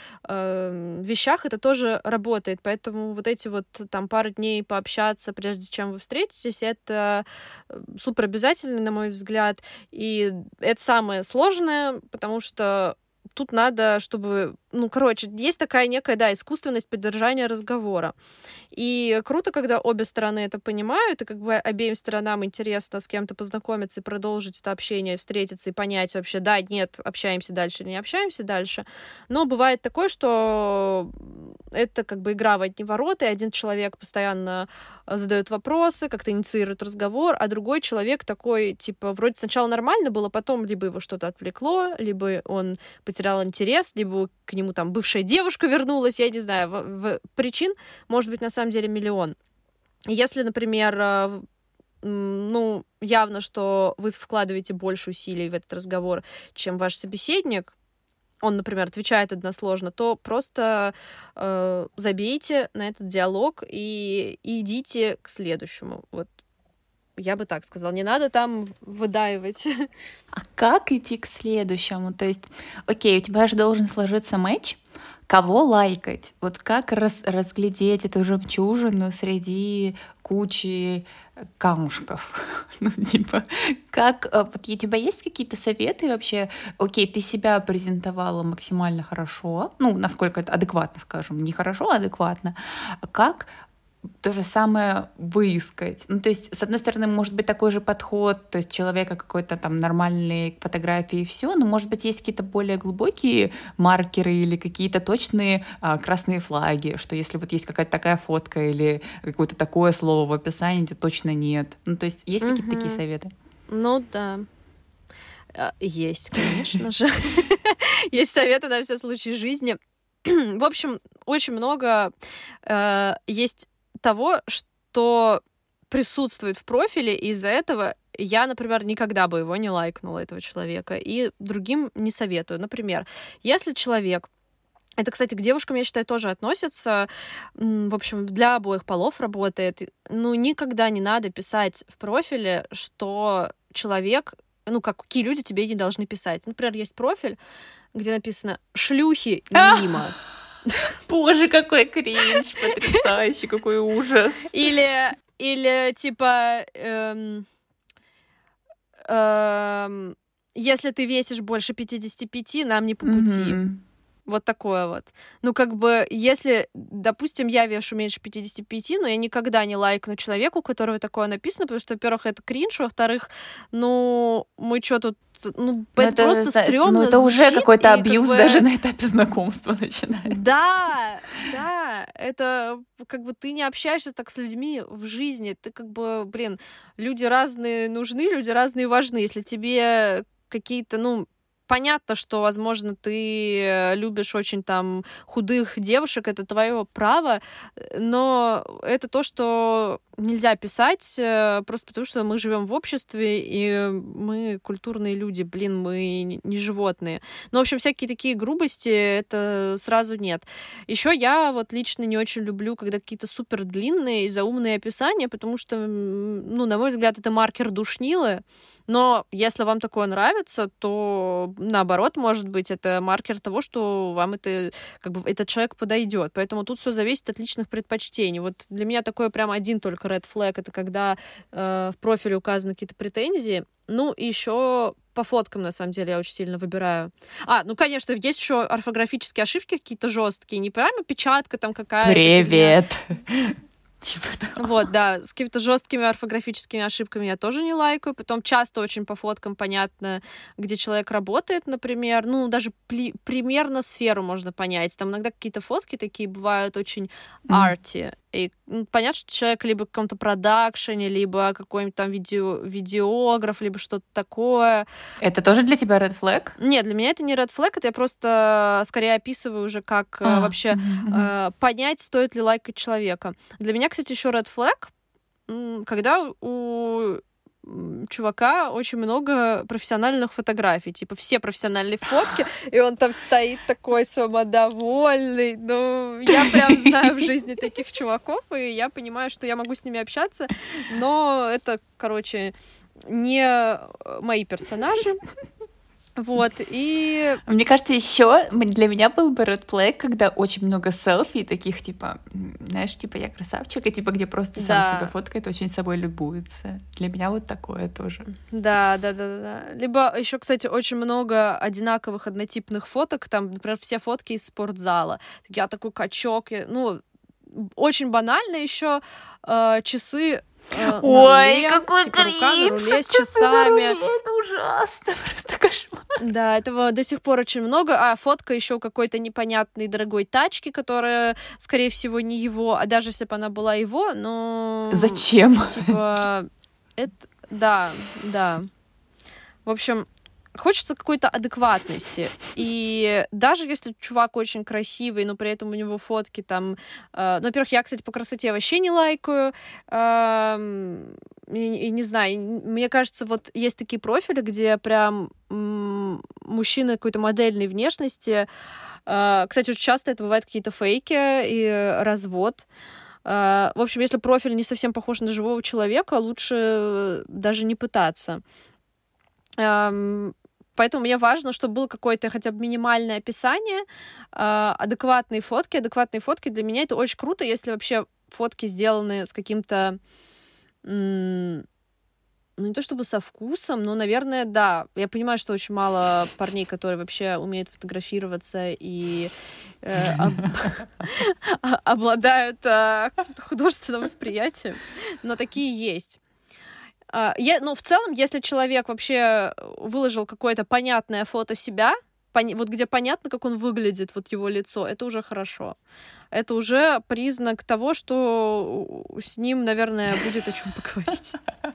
вещах это тоже работает. Поэтому вот эти вот там пару дней пообщаться, прежде чем вы встретитесь, это супер обязательно, на мой взгляд. И это самое сложное, потому что тут надо, чтобы... Ну, короче, есть такая некая, да, искусственность поддержания разговора. И круто, когда обе стороны это понимают, и как бы обеим сторонам интересно с кем-то познакомиться и продолжить это общение, встретиться и понять вообще, да, нет, общаемся дальше или не общаемся дальше. Но бывает такое, что это как бы игра в одни ворота, и один человек постоянно задает вопросы, как-то инициирует разговор, а другой человек такой, типа, вроде сначала нормально было, потом либо его что-то отвлекло, либо он потерял интерес, либо к нему там бывшая девушка вернулась, я не знаю, причин может быть на самом деле миллион. Если, например, ну, явно, что вы вкладываете больше усилий в этот разговор, чем ваш собеседник, он, например, отвечает односложно, то просто забейте на этот диалог и идите к следующему. Вот я бы так сказала. Не надо там выдаивать. А как идти к следующему? То есть, окей, у тебя же должен сложиться матч. Кого лайкать? Вот как разглядеть эту жемчужину среди кучи камушков? Ну, типа, как... Вот у тебя есть какие-то советы вообще? Окей, ты себя презентовала максимально хорошо, ну, насколько это адекватно, скажем, не хорошо, а адекватно. Как то же самое выискать? Ну, то есть, с одной стороны, может быть такой же подход, то есть человека какой-то там нормальной фотографии и все, но, может быть, есть какие-то более глубокие маркеры или какие-то точные красные флаги, что если вот есть какая-то такая фотка или какое-то такое слово в описании, то точно нет. Ну, то есть, есть какие-то такие советы? Ну, да. Есть, конечно же. Есть советы на все случаи жизни. В общем, очень много есть того, что присутствует в профиле, и из-за этого я, например, никогда бы его не лайкнула, этого человека, и другим не советую. Например, если человек... Это, кстати, к девушкам, я считаю, тоже относится. В общем, для обоих полов работает. Ну, никогда не надо писать в профиле, что человек... Ну, какие люди тебе не должны писать. Например, есть профиль, где написано «шлюхи мимо». Боже, какой кринж, потрясающий, какой ужас. Или типа, если ты весишь больше 55, нам не по пути. Вот такое вот. Ну, как бы, если, допустим, я вешу меньше 55, но я никогда не лайкну человеку, у которого такое написано, потому что, во-первых, это кринж, во-вторых, ну, мы что тут... Ну, Ну, это просто стрёмно это уже звучит, какой-то и как абьюз бы... даже на этапе знакомства начинается. Да, да, это как бы ты не общаешься так с людьми в жизни, ты как бы, блин, люди разные нужны, люди разные важны. Если тебе какие-то, ну, понятно, что, возможно, ты любишь очень там худых девушек, это твое право, но это то, что нельзя писать, просто потому что мы живем в обществе, и мы культурные люди, блин, мы не животные. Ну, в общем, всякие такие грубости, это сразу нет. Еще я вот лично не очень люблю, когда какие-то супер длинные и заумные описания, потому что, ну, на мой взгляд, это маркер душнилы. Но если вам такое нравится, то наоборот, может быть, это маркер того, что вам это, как бы, этот человек подойдет. Поэтому тут все зависит от личных предпочтений. Вот для меня такое прям один только red flag, это когда в профиле указаны какие-то претензии. Ну, и еще по фоткам, на самом деле, я очень сильно выбираю. Ну, конечно, есть еще орфографические ошибки какие-то жесткие, не прямо печатка там какая-то. Привет! Типа, да. Вот, да, с какими-то жесткими орфографическими ошибками я тоже не лайкаю. Потом часто очень по фоткам понятно, где человек работает, например. Ну, даже примерно сферу можно понять. Там иногда какие-то фотки такие бывают очень арти. И понятно, что человек либо в каком-то продакшене, либо какой-нибудь там видеограф, либо что-то такое. Это тоже для тебя red flag? Нет, для меня это не red flag, это я просто скорее описываю уже, как вообще понять, стоит ли лайкать человека. Для меня, кстати, еще red flag, когда у чувака очень много профессиональных фотографий, типа все профессиональные фотки, и он там стоит такой самодовольный. Ну, я прям знаю в жизни таких чуваков, и я понимаю, что я могу с ними общаться, но это, короче, не мои персонажи. Вот, и... Мне кажется, еще для меня был бы red flag, когда очень много селфи, таких, типа, знаешь, типа, я красавчик, и типа, где просто сам себя фоткает, очень собой любуется. Для меня вот такое тоже. Да. Либо еще, кстати, очень много одинаковых однотипных фоток, там, например, все фотки из спортзала. Я такой качок, ну, очень банально еще часы. Ой, какой типа, рука на кринж, руле с часами. Это ужасно, просто кошмар. Да, этого до сих пор очень много. А фотка еще какой-то непонятной дорогой тачки, которая, скорее всего, не его. А даже если бы она была его, но... Зачем? Типа, это... Да. В общем, хочется какой-то адекватности. И даже если чувак очень красивый, но при этом у него фотки там... Ну, во-первых, я, кстати, по красоте вообще не лайкаю. И не знаю, мне кажется, вот есть такие профили, где прям мужчина какой-то модельной внешности. Кстати, очень часто это бывают какие-то фейки и развод. В общем, если профиль не совсем похож на живого человека, лучше даже не пытаться. Поэтому мне важно, чтобы было какое-то хотя бы минимальное описание, адекватные фотки. Адекватные фотки для меня это очень круто, если вообще фотки сделаны с каким-то... Ну, не то чтобы со вкусом, но, наверное, да. Я понимаю, что очень мало парней, которые вообще умеют фотографироваться и обладают художественным восприятием, но такие есть. Ну, в целом, если человек вообще выложил какое-то понятное фото себя, вот где понятно, как он выглядит, вот его лицо, это уже хорошо. Это уже признак того, что с ним, наверное, будет о чем поговорить.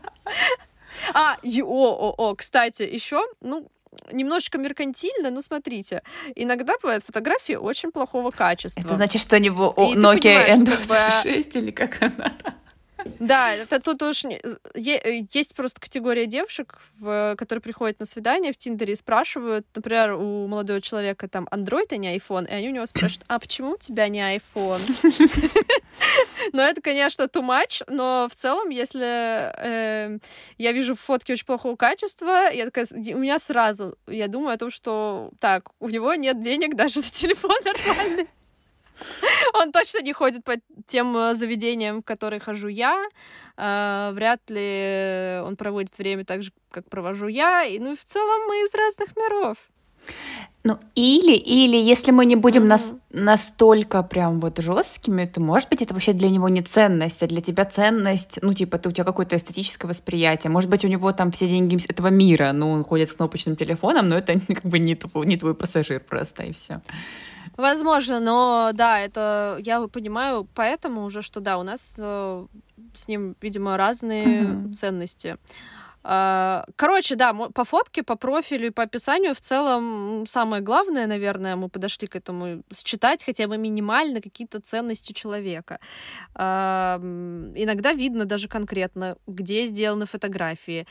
Кстати, еще, ну, немножечко меркантильно, но смотрите, иногда бывают фотографии очень плохого качества. Это значит, что у него Nokia N26 или как она? Да, это тут уж есть просто категория девушек, которые приходят на свидание в Тиндере и спрашивают, например, у молодого человека там Android, а не iPhone, и они у него спрашивают, а почему у тебя не iPhone? Но это, конечно, too much, но в целом, если я вижу фотки очень плохого качества, я такая, у меня сразу, я думаю о том, что так, у него нет денег даже на телефон нормальный. Он точно не ходит по тем заведениям, в которые хожу я. Вряд ли он проводит время так же, как провожу я. И, ну, в целом мы из разных миров. Ну, или если мы не будем Мгм. настолько прям вот жесткими, то, может быть, это вообще для него не ценность, а для тебя ценность, ну, типа, у тебя какое-то эстетическое восприятие. Может быть, у него там все деньги этого мира, ну, он ходит с кнопочным телефоном, но это как бы не твой пассажир просто, и все. Возможно, но да, это я понимаю, поэтому уже, что да, у нас с ним, видимо, разные ценности. Короче, да, по фотке, по профилю и по описанию в целом самое главное, наверное, мы подошли к этому, считать хотя бы минимально какие-то ценности человека. Иногда видно даже конкретно, где сделаны фотографии,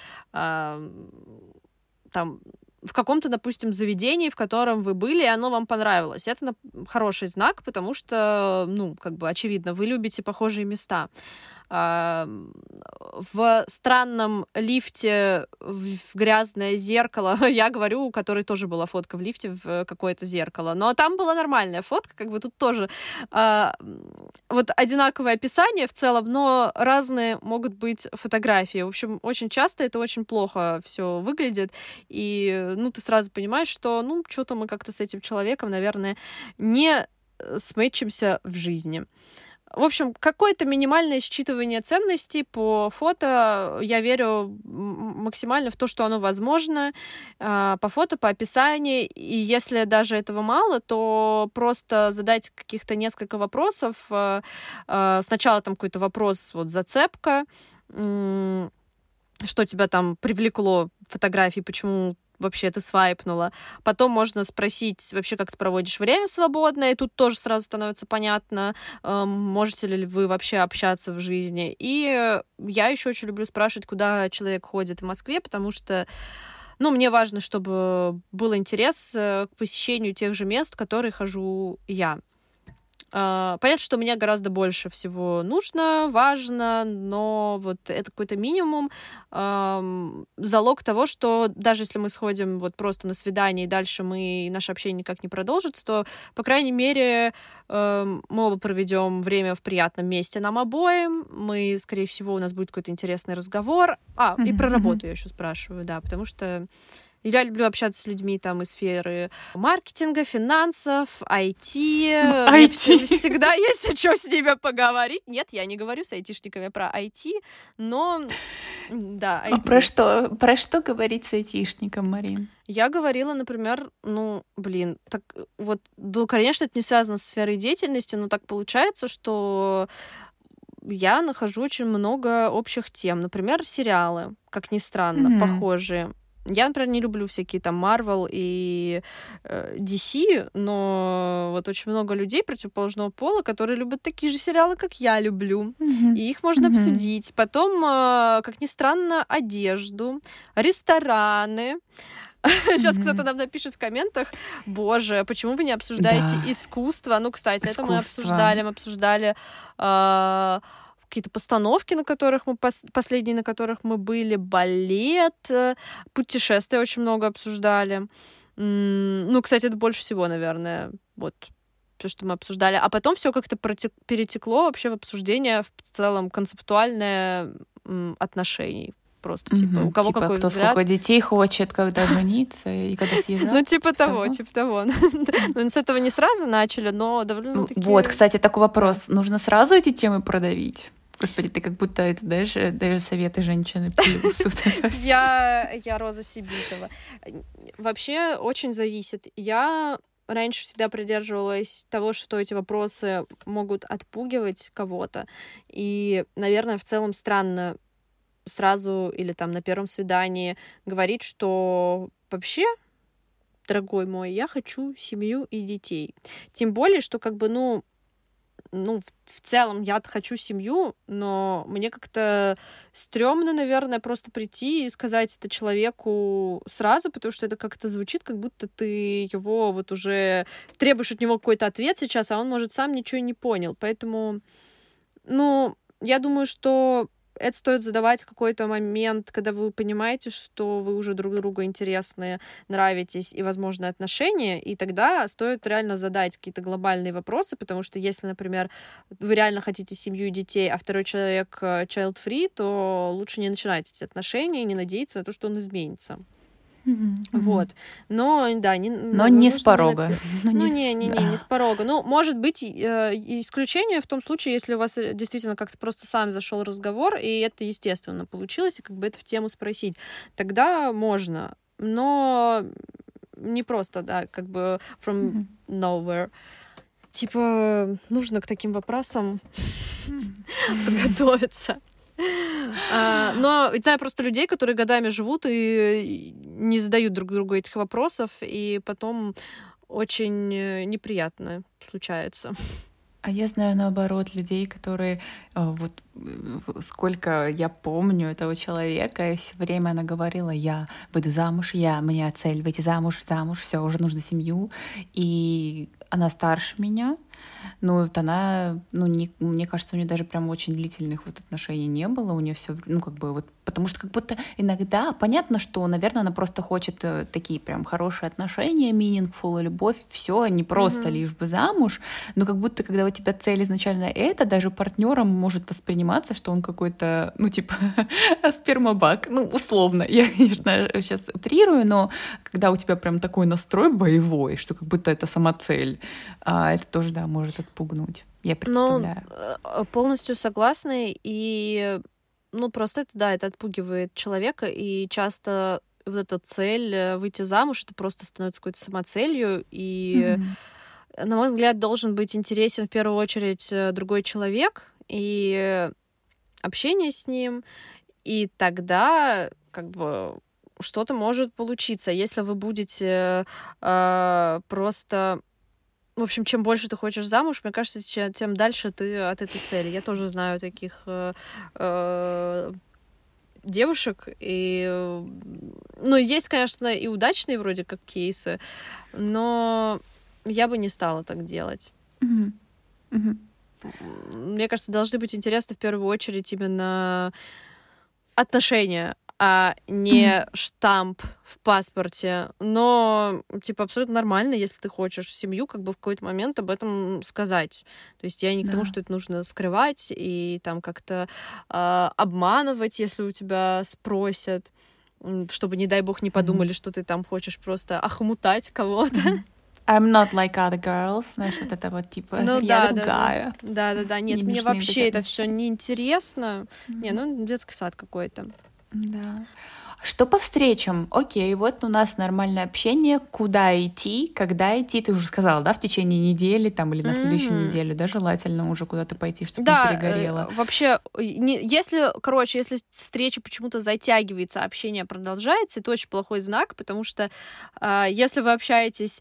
там в каком-то, допустим, заведении, в котором вы были, и оно вам понравилось. Это хороший знак, потому что, ну, как бы очевидно, вы любите похожие места. А, В странном лифте в грязное зеркало, я говорю, у которой тоже была фотка в лифте в какое-то зеркало, но там была нормальная фотка, как бы тут тоже а, вот одинаковое описание в целом, но разные могут быть фотографии. В общем, очень часто это очень плохо все выглядит, и, ну, ты сразу понимаешь, что, ну, что-то мы как-то с этим человеком, наверное, не сметчимся в жизни. В общем, какое-то минимальное считывание ценностей по фото, я верю максимально в то, что оно возможно, по фото, по описанию, и если даже этого мало, то просто задать каких-то несколько вопросов. Сначала там какой-то вопрос, вот зацепка, что тебя там привлекло в фотографии, почему вообще ты свайпнула. Потом можно спросить вообще, как ты проводишь время свободное, и тут тоже сразу становится понятно, можете ли вы вообще общаться в жизни. И я еще очень люблю спрашивать, куда человек ходит в Москве, потому что, ну, мне важно, чтобы был интерес к посещению тех же мест, в которые хожу я. Понятно, что мне гораздо больше всего нужно, важно, но вот это какой-то минимум, залог того, что даже если мы сходим вот просто на свидание, и дальше наше общение никак не продолжится, то, по крайней мере, мы оба проведем время в приятном месте нам обоим, скорее всего, у нас будет какой-то интересный разговор. И про работу я еще спрашиваю, да, потому что я люблю общаться с людьми там из сферы маркетинга, финансов, IT. Мне IT. всегда есть о чем с ними поговорить. Нет, я не говорю с айтишниками про IT, но да, А IT. про что говорить с айтишником, Марин? Я говорила, например, так вот, конечно, это не связано с сферой деятельности, но так получается, что я нахожу очень много общих тем. Например, сериалы, как ни странно, похожие. Я, например, не люблю всякие там Marvel и DC, но вот очень много людей противоположного пола, которые любят такие же сериалы, как я люблю. И их можно обсудить. Потом, как ни странно, одежду, рестораны. Сейчас кто-то нам напишет в комментах: боже, почему вы не обсуждаете искусство? Ну, кстати, это мы обсуждали какие-то постановки, на которых последние, на которых мы были, балет, путешествия очень много обсуждали. Ну, кстати, это больше всего, наверное, вот все, что мы обсуждали. А потом все как-то перетекло вообще в обсуждение в целом концептуальное отношений. Просто, типа, у кого какой кто взгляд. сколько детей хочет, когда жениться и когда съезжать. Ну, типа того. Ну, с этого не сразу начали, но довольно-таки... Вот, кстати, такой вопрос. Нужно сразу эти темы продавить? Господи, ты как будто это даже советы женщины плюс. Я Роза Сибитова. Вообще очень зависит. Я раньше всегда придерживалась того, что эти вопросы могут отпугивать кого-то. И, наверное, в целом странно сразу или там на первом свидании говорить, что вообще, дорогой мой, я хочу семью и детей. Тем более, что как бы, в целом я хочу семью, но мне как-то стрёмно, наверное, просто прийти и сказать это человеку сразу, потому что это как-то звучит, как будто ты его вот уже требуешь от него какой-то ответ сейчас, а он, может, сам ничего и не понял. Поэтому, я думаю, что это стоит задавать в какой-то момент, когда вы понимаете, что вы уже друг другу интересны, нравитесь и, возможно, отношения, и тогда стоит реально задать какие-то глобальные вопросы, потому что если, например, вы реально хотите семью и детей, а второй человек child-free, то лучше не начинать эти отношения и не надеяться на то, что он изменится. Вот. Но, да, Но не с порога. Не с порога. Ну, может быть, исключение в том случае, если у вас действительно как-то просто сам зашел разговор, и это естественно получилось, и как бы это в тему спросить. Тогда можно. Но не просто, да, как бы from nowhere. Типа, нужно к таким вопросам подготовиться. Но знаю просто людей, которые годами живут и не задают друг другу этих вопросов, и потом очень неприятно случается. А я знаю, наоборот, людей, которые вот сколько я помню этого человека, и все время она говорила: я выйду замуж, моя цель выйти замуж, все, уже нужно семью. И она старше меня. Ну, вот она, мне кажется, у нее даже прям очень длительных вот отношений не было. У нее все, как бы вот, потому что как будто иногда понятно, что, наверное, она просто хочет такие прям хорошие отношения, meaningful, любовь, все, не просто лишь бы замуж, но как будто, когда у тебя цель изначально это, даже партнером может восприниматься, что он какой-то, типа, спермобак, условно. Я, конечно, сейчас утрирую, но когда у тебя прям такой настрой боевой, что как будто это сама цель, это тоже, да, может отпугнуть. Я представляю. Полностью согласна. И, просто это, да, это отпугивает человека. И часто вот эта цель выйти замуж, это просто становится какой-то самоцелью. И, на мой взгляд, должен быть интересен в первую очередь другой человек и общение с ним. И тогда, как бы, что-то может получиться. Если вы будете просто... В общем, чем больше ты хочешь замуж, мне кажется, тем дальше ты от этой цели. Я тоже знаю таких девушек. И, есть, конечно, и удачные вроде как кейсы, но я бы не стала так делать. Мне кажется, должны быть интересны в первую очередь именно отношения, а не штамп в паспорте. Но, типа, абсолютно нормально, если ты хочешь семью, как бы в какой-то момент об этом сказать. То есть я не к тому, что это нужно скрывать и там как-то обманывать, если у тебя спросят, чтобы, не дай бог, не подумали, что ты там хочешь просто охмутать кого-то. I'm not like other girls, знаешь, вот это вот типа, я другая. Да. Нет, мне вообще это все неинтересно. Детский сад какой-то. Да. Что по встречам? Окей, вот у нас нормальное общение. Куда идти, когда идти? Ты уже сказала, да, в течение недели там или на следующую неделю, да, желательно уже куда-то пойти, чтобы не перегорело. Вообще, если встреча почему-то затягивается, общение продолжается, это очень плохой знак, потому что если вы общаетесь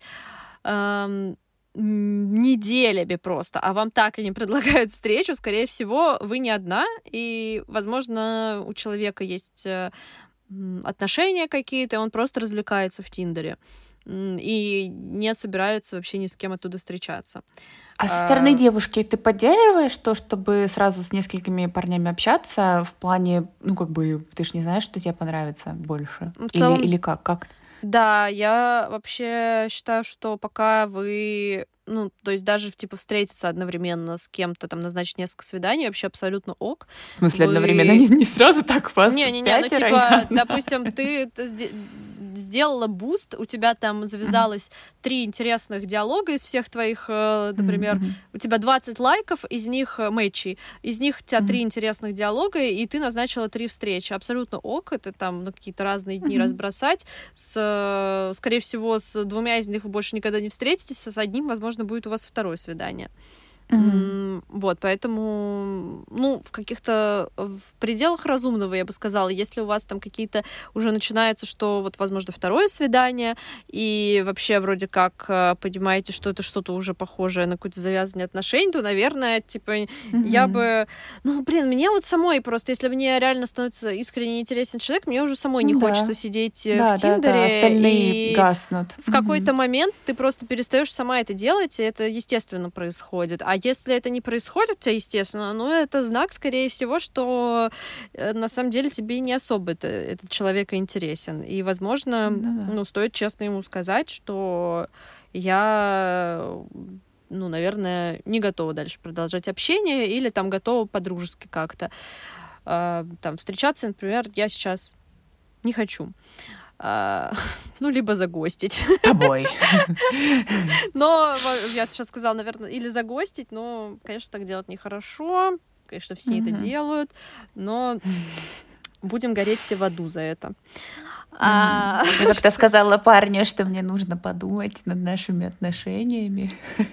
неделями просто, а вам так и не предлагают встречу, скорее всего, вы не одна, и, возможно, у человека есть отношения какие-то, и он просто развлекается в Тиндере и не собирается вообще ни с кем оттуда встречаться. А со стороны девушки ты поддерживаешь то, чтобы сразу с несколькими парнями общаться в плане, ты ж не знаешь, что тебе понравится больше? Или как? Да, я вообще считаю, что пока вы, то есть даже встретиться одновременно с кем-то, там назначить несколько свиданий, вообще абсолютно ок. В смысле одновременно? Не сразу так вас пятеро? Допустим, ты сделала буст, у тебя там завязалось 3 интересных диалога из всех твоих, например, у тебя 20 лайков, из них мэтчи, из них у тебя 3 интересных диалога, и ты назначила 3 встречи. Абсолютно ок, это там на какие-то разные дни разбросать. Скорее всего, с 2 из них вы больше никогда не встретитесь, а с одним, возможно, будет у вас второе свидание. Вот, поэтому, в каких-то в пределах разумного, я бы сказала, если у вас там какие-то уже начинается, что вот, возможно, второе свидание, и вообще вроде как понимаете, что это что-то уже похожее на какое-то завязывание отношений, то, наверное, типа, я бы... мне вот самой просто, если мне реально становится искренне интересен человек, мне уже самой не хочется сидеть в Тиндере. Остальные гаснут. В какой-то момент ты просто перестаешь сама это делать, и это естественно происходит. А если это не происходит у тебя, естественно, это знак, скорее всего, что на самом деле тебе не особо этот человек интересен. И, возможно, стоит честно ему сказать, что я, наверное, не готова дальше продолжать общение или там готова по-дружески как-то. Там встречаться, например, я сейчас не хочу. Ну, либо загостить. С тобой. Но я сейчас сказала, наверное, или загостить, но, конечно, так делать нехорошо. Конечно, все это делают, но будем гореть все в аду за это. Я как-то сказала парню, что мне нужно подумать над нашими отношениями.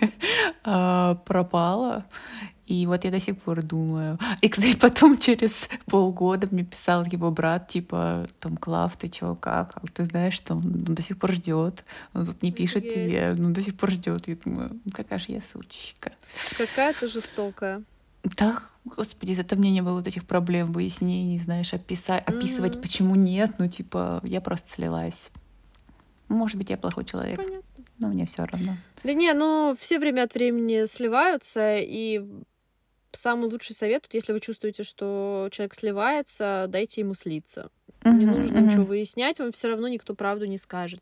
Пропала. И вот я до сих пор думаю. И, кстати, потом через полгода мне писал его брат, типа, там, Клав, ты чё, как? А ты знаешь, что он до сих пор ждет. Он тут не пишет тебе, но до сих пор ждет. Я думаю, какая же я сучка. Какая ты жестокая. Да, господи, зато мне не было вот этих проблем выяснений, знаешь, описывать, почему нет. Ну, типа, я просто слилась. Может быть, я плохой человек, но мне все равно. Да не, ну, все время от времени сливаются, и самый лучший совет, если вы чувствуете, что человек сливается, дайте ему слиться. Не нужно ничего выяснять, вам все равно никто правду не скажет.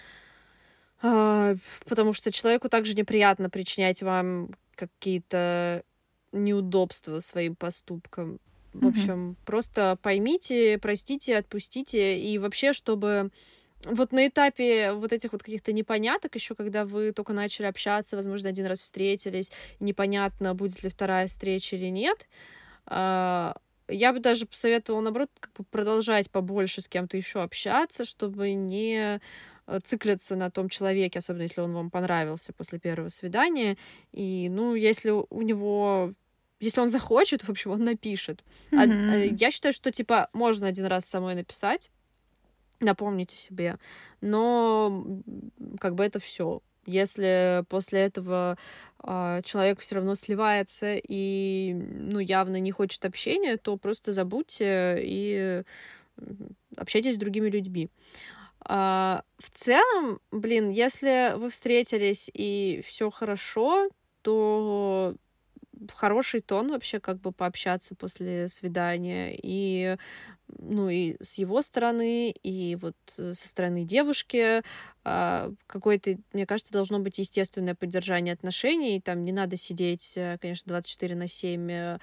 Потому что человеку также неприятно причинять вам какие-то неудобства своим поступкам. В общем, просто поймите, простите, отпустите, и вообще, чтобы вот на этапе вот этих вот каких-то непоняток, еще когда вы только начали общаться, возможно, один раз встретились, непонятно, будет ли вторая встреча или нет, я бы даже посоветовала, наоборот, как бы продолжать побольше с кем-то еще общаться, чтобы не циклиться на том человеке, особенно если он вам понравился после первого свидания. И, ну, если у него... Если он захочет, в общем, он напишет. Я считаю, что, типа, можно один раз самой написать, напомните себе, но как бы это все. Если после этого человек все равно сливается и, ну, явно не хочет общения, то просто забудьте и общайтесь с другими людьми. В целом, блин, если вы встретились и все хорошо, то в хороший тон вообще как бы пообщаться после свидания. И, ну, и с его стороны, и вот со стороны девушки какое-то, мне кажется, должно быть естественное поддержание отношений. Там не надо сидеть, конечно, 24/7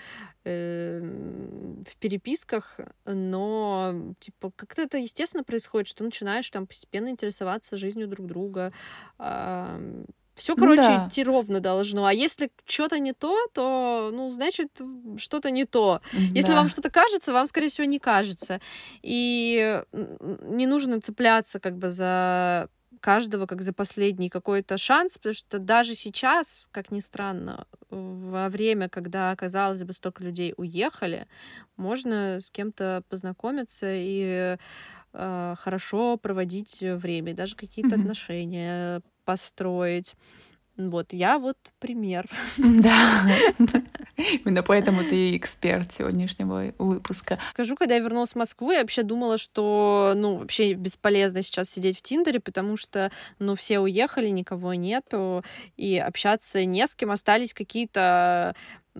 в переписках, но, типа, как-то это естественно происходит, что начинаешь там постепенно интересоваться жизнью друг друга. Все, короче, идти ровно должно. А если что-то не то, ну, значит, что-то не то. Если вам что-то кажется, вам, скорее всего, не кажется. И не нужно цепляться как бы за каждого, как за последний какой-то шанс, потому что даже сейчас, как ни странно, во время, когда, казалось бы, столько людей уехали, можно с кем-то познакомиться и хорошо проводить время, даже какие-то отношения построить. Вот, я вот пример. Да, именно поэтому ты и эксперт сегодняшнего выпуска. Скажу, когда я вернулась в Москву, я вообще думала, что, ну, вообще бесполезно сейчас сидеть в Тиндере, потому что, ну, все уехали, никого нету, и общаться не с кем, остались какие-то...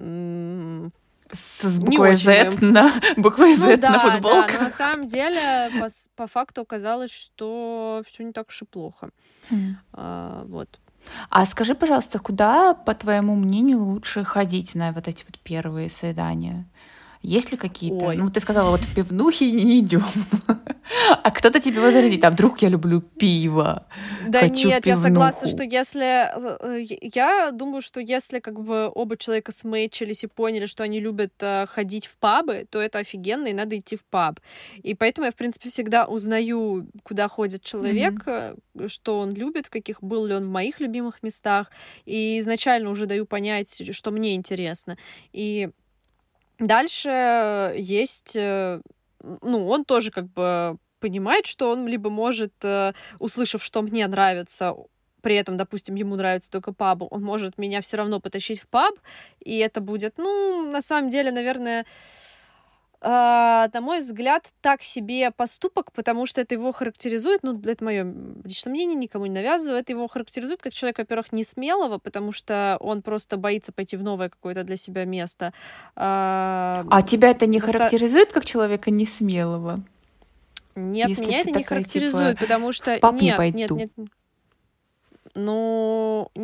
С буквой Z на футболках. Да, но на самом деле по факту оказалось, что все не так уж и плохо. Вот. А скажи, пожалуйста, куда, по твоему мнению, лучше ходить на вот эти вот первые свидания? Есть ли какие-то? Ой. Ну, ты сказала, вот в пивнухи не идем. А кто-то тебе возразит, а вдруг я люблю пиво? Да хочу нет, я пивнуху. согласна, что если... Я думаю, что если как бы оба человека сметчились и поняли, что они любят ходить в пабы, то это офигенно, и надо идти в паб. И поэтому я, в принципе, всегда узнаю, куда ходит человек, что он любит, в каких был ли он в моих любимых местах, и изначально уже даю понять, что мне интересно. И дальше есть... Ну, он тоже как бы понимает, что он либо может, услышав, что мне нравится, при этом, допустим, ему нравится только паб, он может меня все равно потащить в паб, и это будет, ну, на самом деле, наверное, на мой взгляд, так себе поступок, потому что это его характеризует, ну, это мое личное мнение, никому не навязываю, это его характеризует как человек, во-первых, не смелого, потому что он просто боится пойти в новое какое-то для себя место. А тебя это не характеризует как человека несмелого? Нет, Если меня ты это не такая, характеризует, типа, потому что... в паб не Нет, пойду. нет. Ну, нет,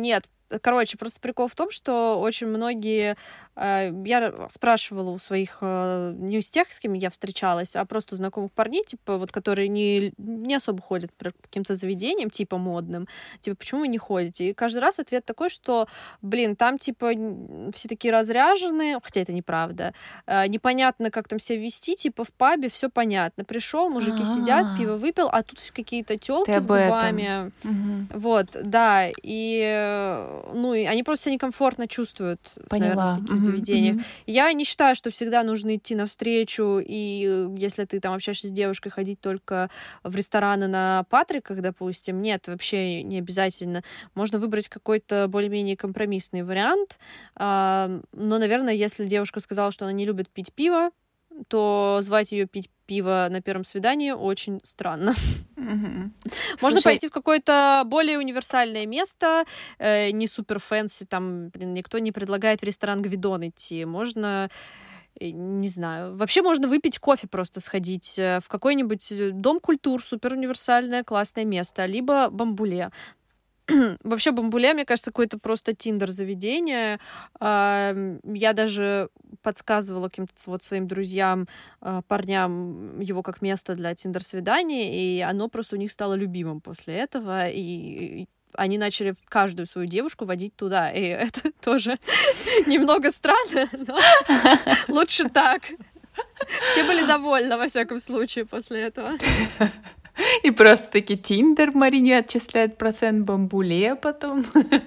Короче, просто прикол в том, что очень многие... Я спрашивала у своих... Не с тех, с кем я встречалась, а просто у знакомых парней, типа, вот, которые не особо ходят по каким-то заведениям, типа, модным. Типа, почему вы не ходите? И каждый раз ответ такой, что, блин, там, типа, все такие разряженные, хотя это неправда. Непонятно, как там себя вести, типа, в пабе все понятно. Пришел, мужики сидят, пиво выпил, а тут какие-то Ты тёлки с об этом. губами. Мгм. Вот, да, и они просто себя некомфортно чувствуют, наверное, в Поняла. таких Мгм, заведениях. мгм. Я не считаю, что всегда нужно идти навстречу, и если ты там общаешься с девушкой, ходить только в рестораны на Патриках, допустим, нет, вообще не обязательно. Можно выбрать какой-то более-менее компромиссный вариант, но, наверное, если девушка сказала, что она не любит пить пиво, то звать ее пить пиво на первом свидании очень странно. Мгм. Можно Слушай, пойти в какое-то более универсальное место, не супер фэнси, там, блин, никто не предлагает в ресторан Гвидон идти. Можно, не знаю, вообще можно выпить кофе, просто сходить в какой-нибудь дом культур, супер универсальное, классное место, либо Бамбуле. Вообще Бамбуле, мне кажется, какое-то просто тиндер-заведение. Я даже подсказывала каким-то вот своим друзьям, парням его как место для тиндер-свиданий, и оно просто у них стало любимым после этого, и они начали каждую свою девушку водить туда, и это тоже немного странно, но лучше так. Все были довольны, во всяком случае, после этого. и просто-таки Тиндер Марине отчисляет процент, Бамбуле потом.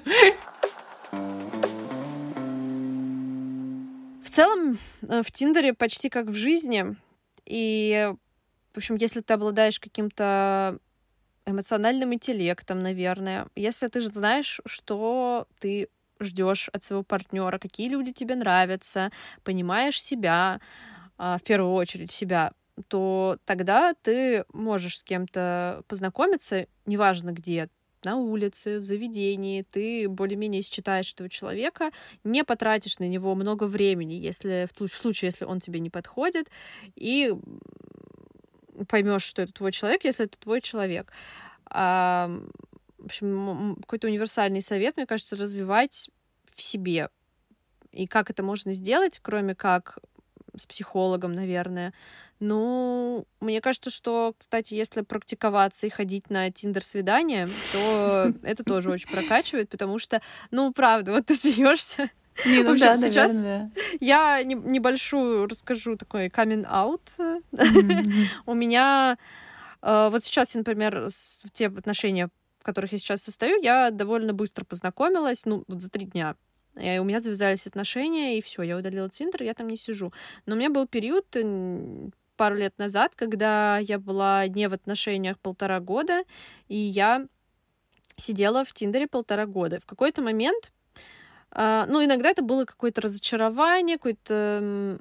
В целом, в Тиндере почти как в жизни. И, в общем, если ты обладаешь каким-то эмоциональным интеллектом, наверное, если ты же знаешь, что ты ждешь от своего партнера, какие люди тебе нравятся, понимаешь себя, в первую очередь себя, то тогда ты можешь с кем-то познакомиться, неважно где, на улице, в заведении, ты более-менее считаешь этого человека, не потратишь на него много времени, если в случае, если он тебе не подходит, и поймешь, что это твой человек, если это твой человек. А, в общем, какой-то универсальный совет, мне кажется, развивать в себе. И как это можно сделать, кроме как с психологом, наверное. Ну, мне кажется, что, кстати, если практиковаться и ходить на Тиндер-свидания, то это тоже очень прокачивает, потому что, ну, правда, вот ты смеешься. Не, В ну общем, да, сейчас наверное. я небольшую расскажу такой coming out. Мгм. У меня вот сейчас я, например, в те отношения, в которых я сейчас состою, я довольно быстро познакомилась, ну, вот за 3 дня. И у меня завязались отношения, и все, я удалила Тиндер, я там не сижу. Но у меня был период пару лет назад, когда я была не в отношениях 1,5 года, и я сидела в Тиндере 1,5 года. В какой-то момент, ну, иногда это было какое-то разочарование, какое-то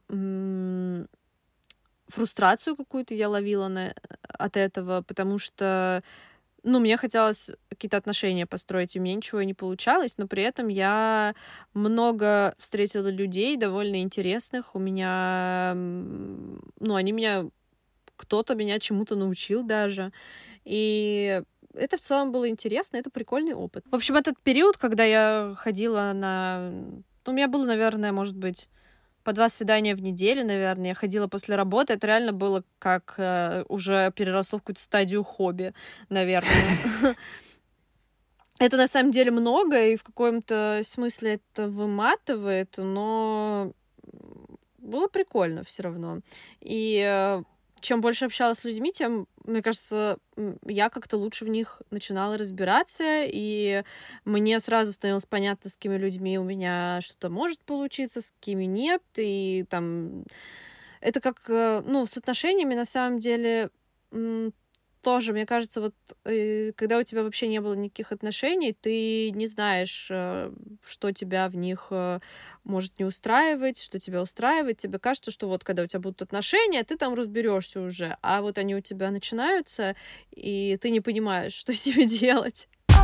фрустрацию какую-то я ловила от этого, потому что, ну, мне хотелось какие-то отношения построить, и у меня ничего не получалось, но при этом я много встретила людей довольно интересных. У меня, ну, кто-то меня чему-то научил даже. И это в целом было интересно, это прикольный опыт. В общем, этот период, когда я ходила ну, у меня было, наверное, может быть, по 2 свидания в неделю, наверное. Я ходила после работы. Это реально было как уже переросло в какую-то стадию хобби, наверное. Это на самом деле много, и в каком-то смысле это выматывает, но было прикольно все равно. И чем больше общалась с людьми, тем, мне кажется, я как-то лучше в них начинала разбираться, и мне сразу становилось понятно, с какими людьми у меня что-то может получиться, с кем нет, и там... Это как, ну, с отношениями, на самом деле, тоже, мне кажется, вот когда у тебя вообще не было никаких отношений, ты не знаешь, что тебя в них может не устраивать, что тебя устраивает. Тебе кажется, что вот когда у тебя будут отношения, ты там разберешься уже, а вот они у тебя начинаются, и ты не понимаешь, что с ними делать.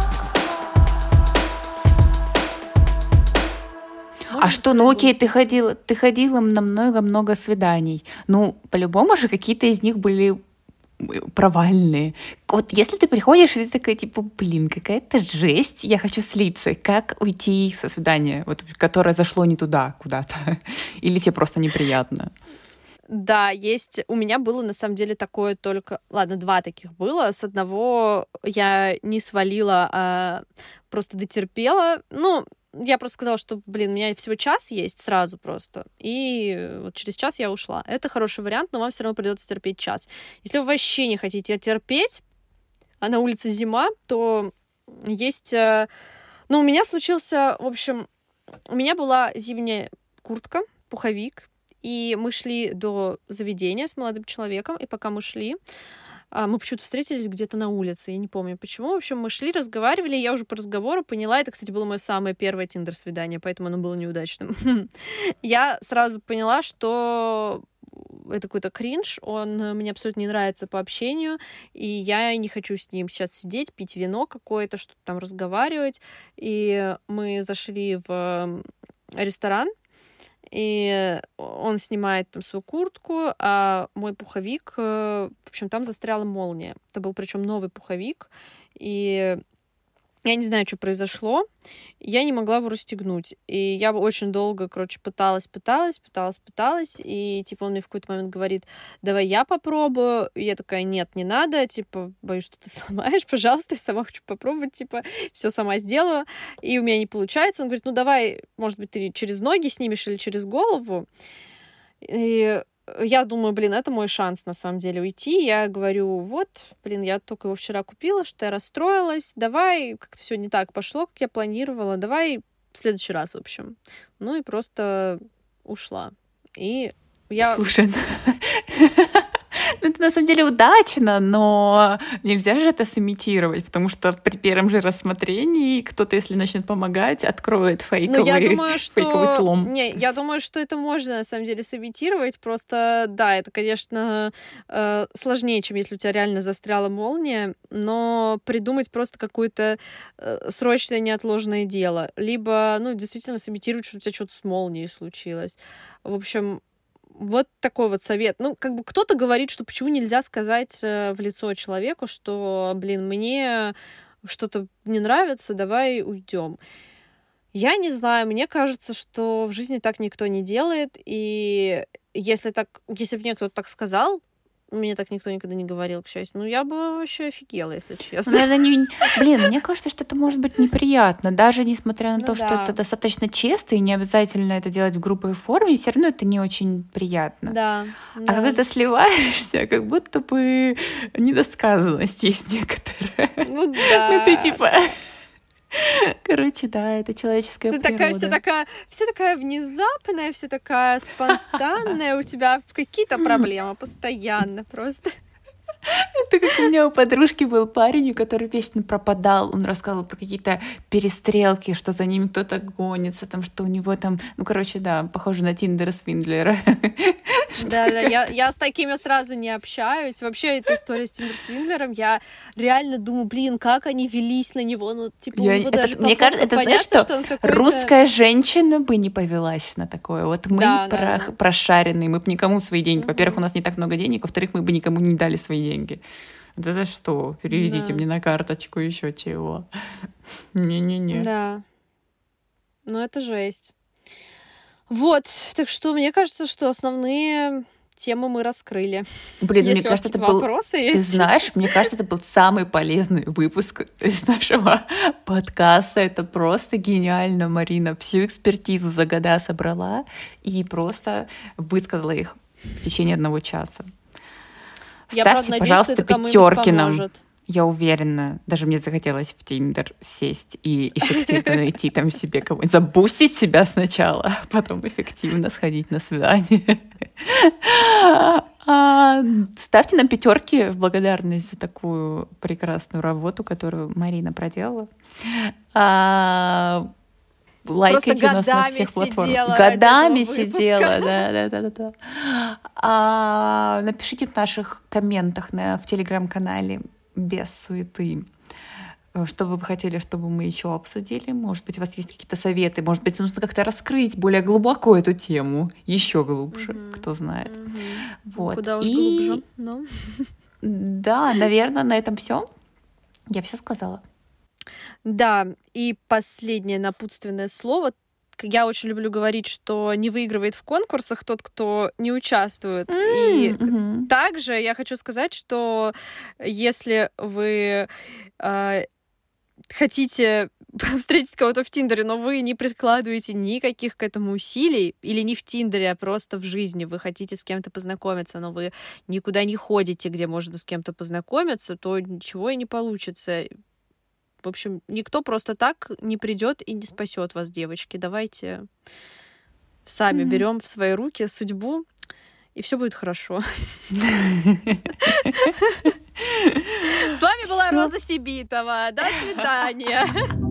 А что, ну окей, ты ходила на много-много свиданий. Ну, по-любому же какие-то из них были провальные. Вот если ты приходишь, и ты такая, типа, блин, какая-то жесть, я хочу слиться. Как уйти со свидания, вот, которое зашло не туда куда-то? Или тебе просто неприятно? Да, есть. У меня было, на самом деле, такое только... Ладно, 2 таких было. С одного я не свалила, а просто дотерпела. Ну, я просто сказала, что, блин, у меня всего час есть сразу просто. И вот через час я ушла. Это хороший вариант, но вам все равно придется терпеть час. Если вы вообще не хотите терпеть, а на улице зима, то есть... Ну, у меня случился... В общем, у меня была зимняя куртка, пуховик, и мы шли до заведения с молодым человеком, и пока мы шли, мы почему-то встретились где-то на улице, я не помню почему. В общем, мы шли, разговаривали, я уже по разговору поняла, это, кстати, было мое самое первое тиндер-свидание, поэтому оно было неудачным. Я сразу поняла, что это какой-то кринж, он мне абсолютно не нравится по общению, и я не хочу с ним сейчас сидеть, пить вино какое-то, что-то там разговаривать. И мы зашли в ресторан, и он снимает там свою куртку, а мой пуховик, в общем, там застряла молния. Это был причем новый пуховик, и я не знаю, что произошло. Я не могла его расстегнуть. И я очень долго, короче, пыталась. И, типа, он мне в какой-то момент говорит, давай я попробую. И я такая, нет, не надо. Типа, боюсь, что ты сломаешь, пожалуйста. Я сама хочу попробовать, типа, все сама сделаю. И у меня не получается. Он говорит, ну, давай, может быть, ты через ноги снимешь или через голову. И я думаю, блин, это мой шанс, на самом деле, уйти. Я говорю, вот, блин, я только его вчера купила, что я расстроилась. Давай, как-то все не так пошло, как я планировала. Давай в следующий раз, в общем. Ну и просто ушла. И я... Слушай, это на самом деле удачно, но нельзя же это сымитировать, потому что при первом же рассмотрении кто-то, если начнет помогать, откроет фейковый слом. Не, я думаю, что это можно на самом деле сымитировать, просто, да, это, конечно, сложнее, чем если у тебя реально застряла молния, но придумать просто какое-то срочное неотложное дело, либо, ну, действительно сымитировать, что у тебя что-то с молнией случилось. В общем, вот такой вот совет. Ну, как бы кто-то говорит, что почему нельзя сказать в лицо человеку, что, блин, мне что-то не нравится, давай уйдем. Я не знаю, мне кажется, что в жизни так никто не делает, и если бы мне кто-то так сказал, мне так никто никогда не говорил, к счастью. Ну, я бы вообще офигела, если честно. Наверное, блин, мне кажется, что это может быть неприятно. Даже несмотря на Ну то, что да. это достаточно честно, и не обязательно это делать в групповой форме, все равно это не очень приятно. Да. А когда ты сливаешься, как будто бы недосказанность есть некоторая. Ну да. Ну, ты типа... Короче, да, это человеческая Ты природа. вся такая внезапная, вся такая спонтанная, у тебя какие-то проблемы постоянно просто. Это как у меня у подружки был парень, который вечно пропадал. Он рассказывал про какие-то перестрелки, что за ним кто-то гонится, там, что у него там... Ну, короче, да, похоже на Тиндера Свиндлера. Да, я с такими сразу не общаюсь. Вообще, эта история с Тиндер Свиндлером, я реально думаю, блин, как они велись на него. Ну, типа, у него даже мне кажется, это знаешь, что русская женщина бы не повелась на такое. Вот мы прошаренные, мы бы никому свои деньги... Во-первых, у нас не так много денег, во-вторых, мы бы никому не дали свои деньги. Вот это что? Переведите мне на карточку еще чего. Не-не-не. Да. Ну, это жесть. Вот, так что мне кажется, что основные темы мы раскрыли. Блин, мне кажется, это был... вопросы Ты знаешь, мне кажется, это был самый полезный выпуск из нашего подкаста. Это просто гениально, Марина. Всю экспертизу за года собрала и просто высказала их в течение 1 часа. Ставьте, пожалуйста, 5 нам. Я уверена, даже мне захотелось в Тиндер сесть и эффективно найти там себе кого-нибудь, забустить себя сначала, а потом эффективно сходить на свидание. Ставьте нам 5 в благодарность за такую прекрасную работу, которую Марина проделала. Лайкайте нас на всех платформах. Годами сидела, да. Напишите в наших комментах в Телеграм-канале без суеты, что бы вы хотели, чтобы мы еще обсудили. Может быть, у вас есть какие-то советы, может быть, нужно как-то раскрыть более глубоко эту тему, еще глубже, кто знает. Вот. Куда уж глубже, но... Да, наверное, на этом все. Я все сказала. Да, и последнее напутственное слово. Я очень люблю говорить, что не выигрывает в конкурсах тот, кто не участвует. И Мгм. также я хочу сказать, что если вы хотите встретить кого-то в Тиндере, но вы не прикладываете никаких к этому усилий, или не в Тиндере, а просто в жизни, вы хотите с кем-то познакомиться, но вы никуда не ходите, где можно с кем-то познакомиться, то ничего и не получится. В общем, никто просто так не придет и не спасет вас, девочки. Давайте сами Мгм. берем в свои руки судьбу, и все будет хорошо. С вами была Всё. Роза Сибитова. До свидания.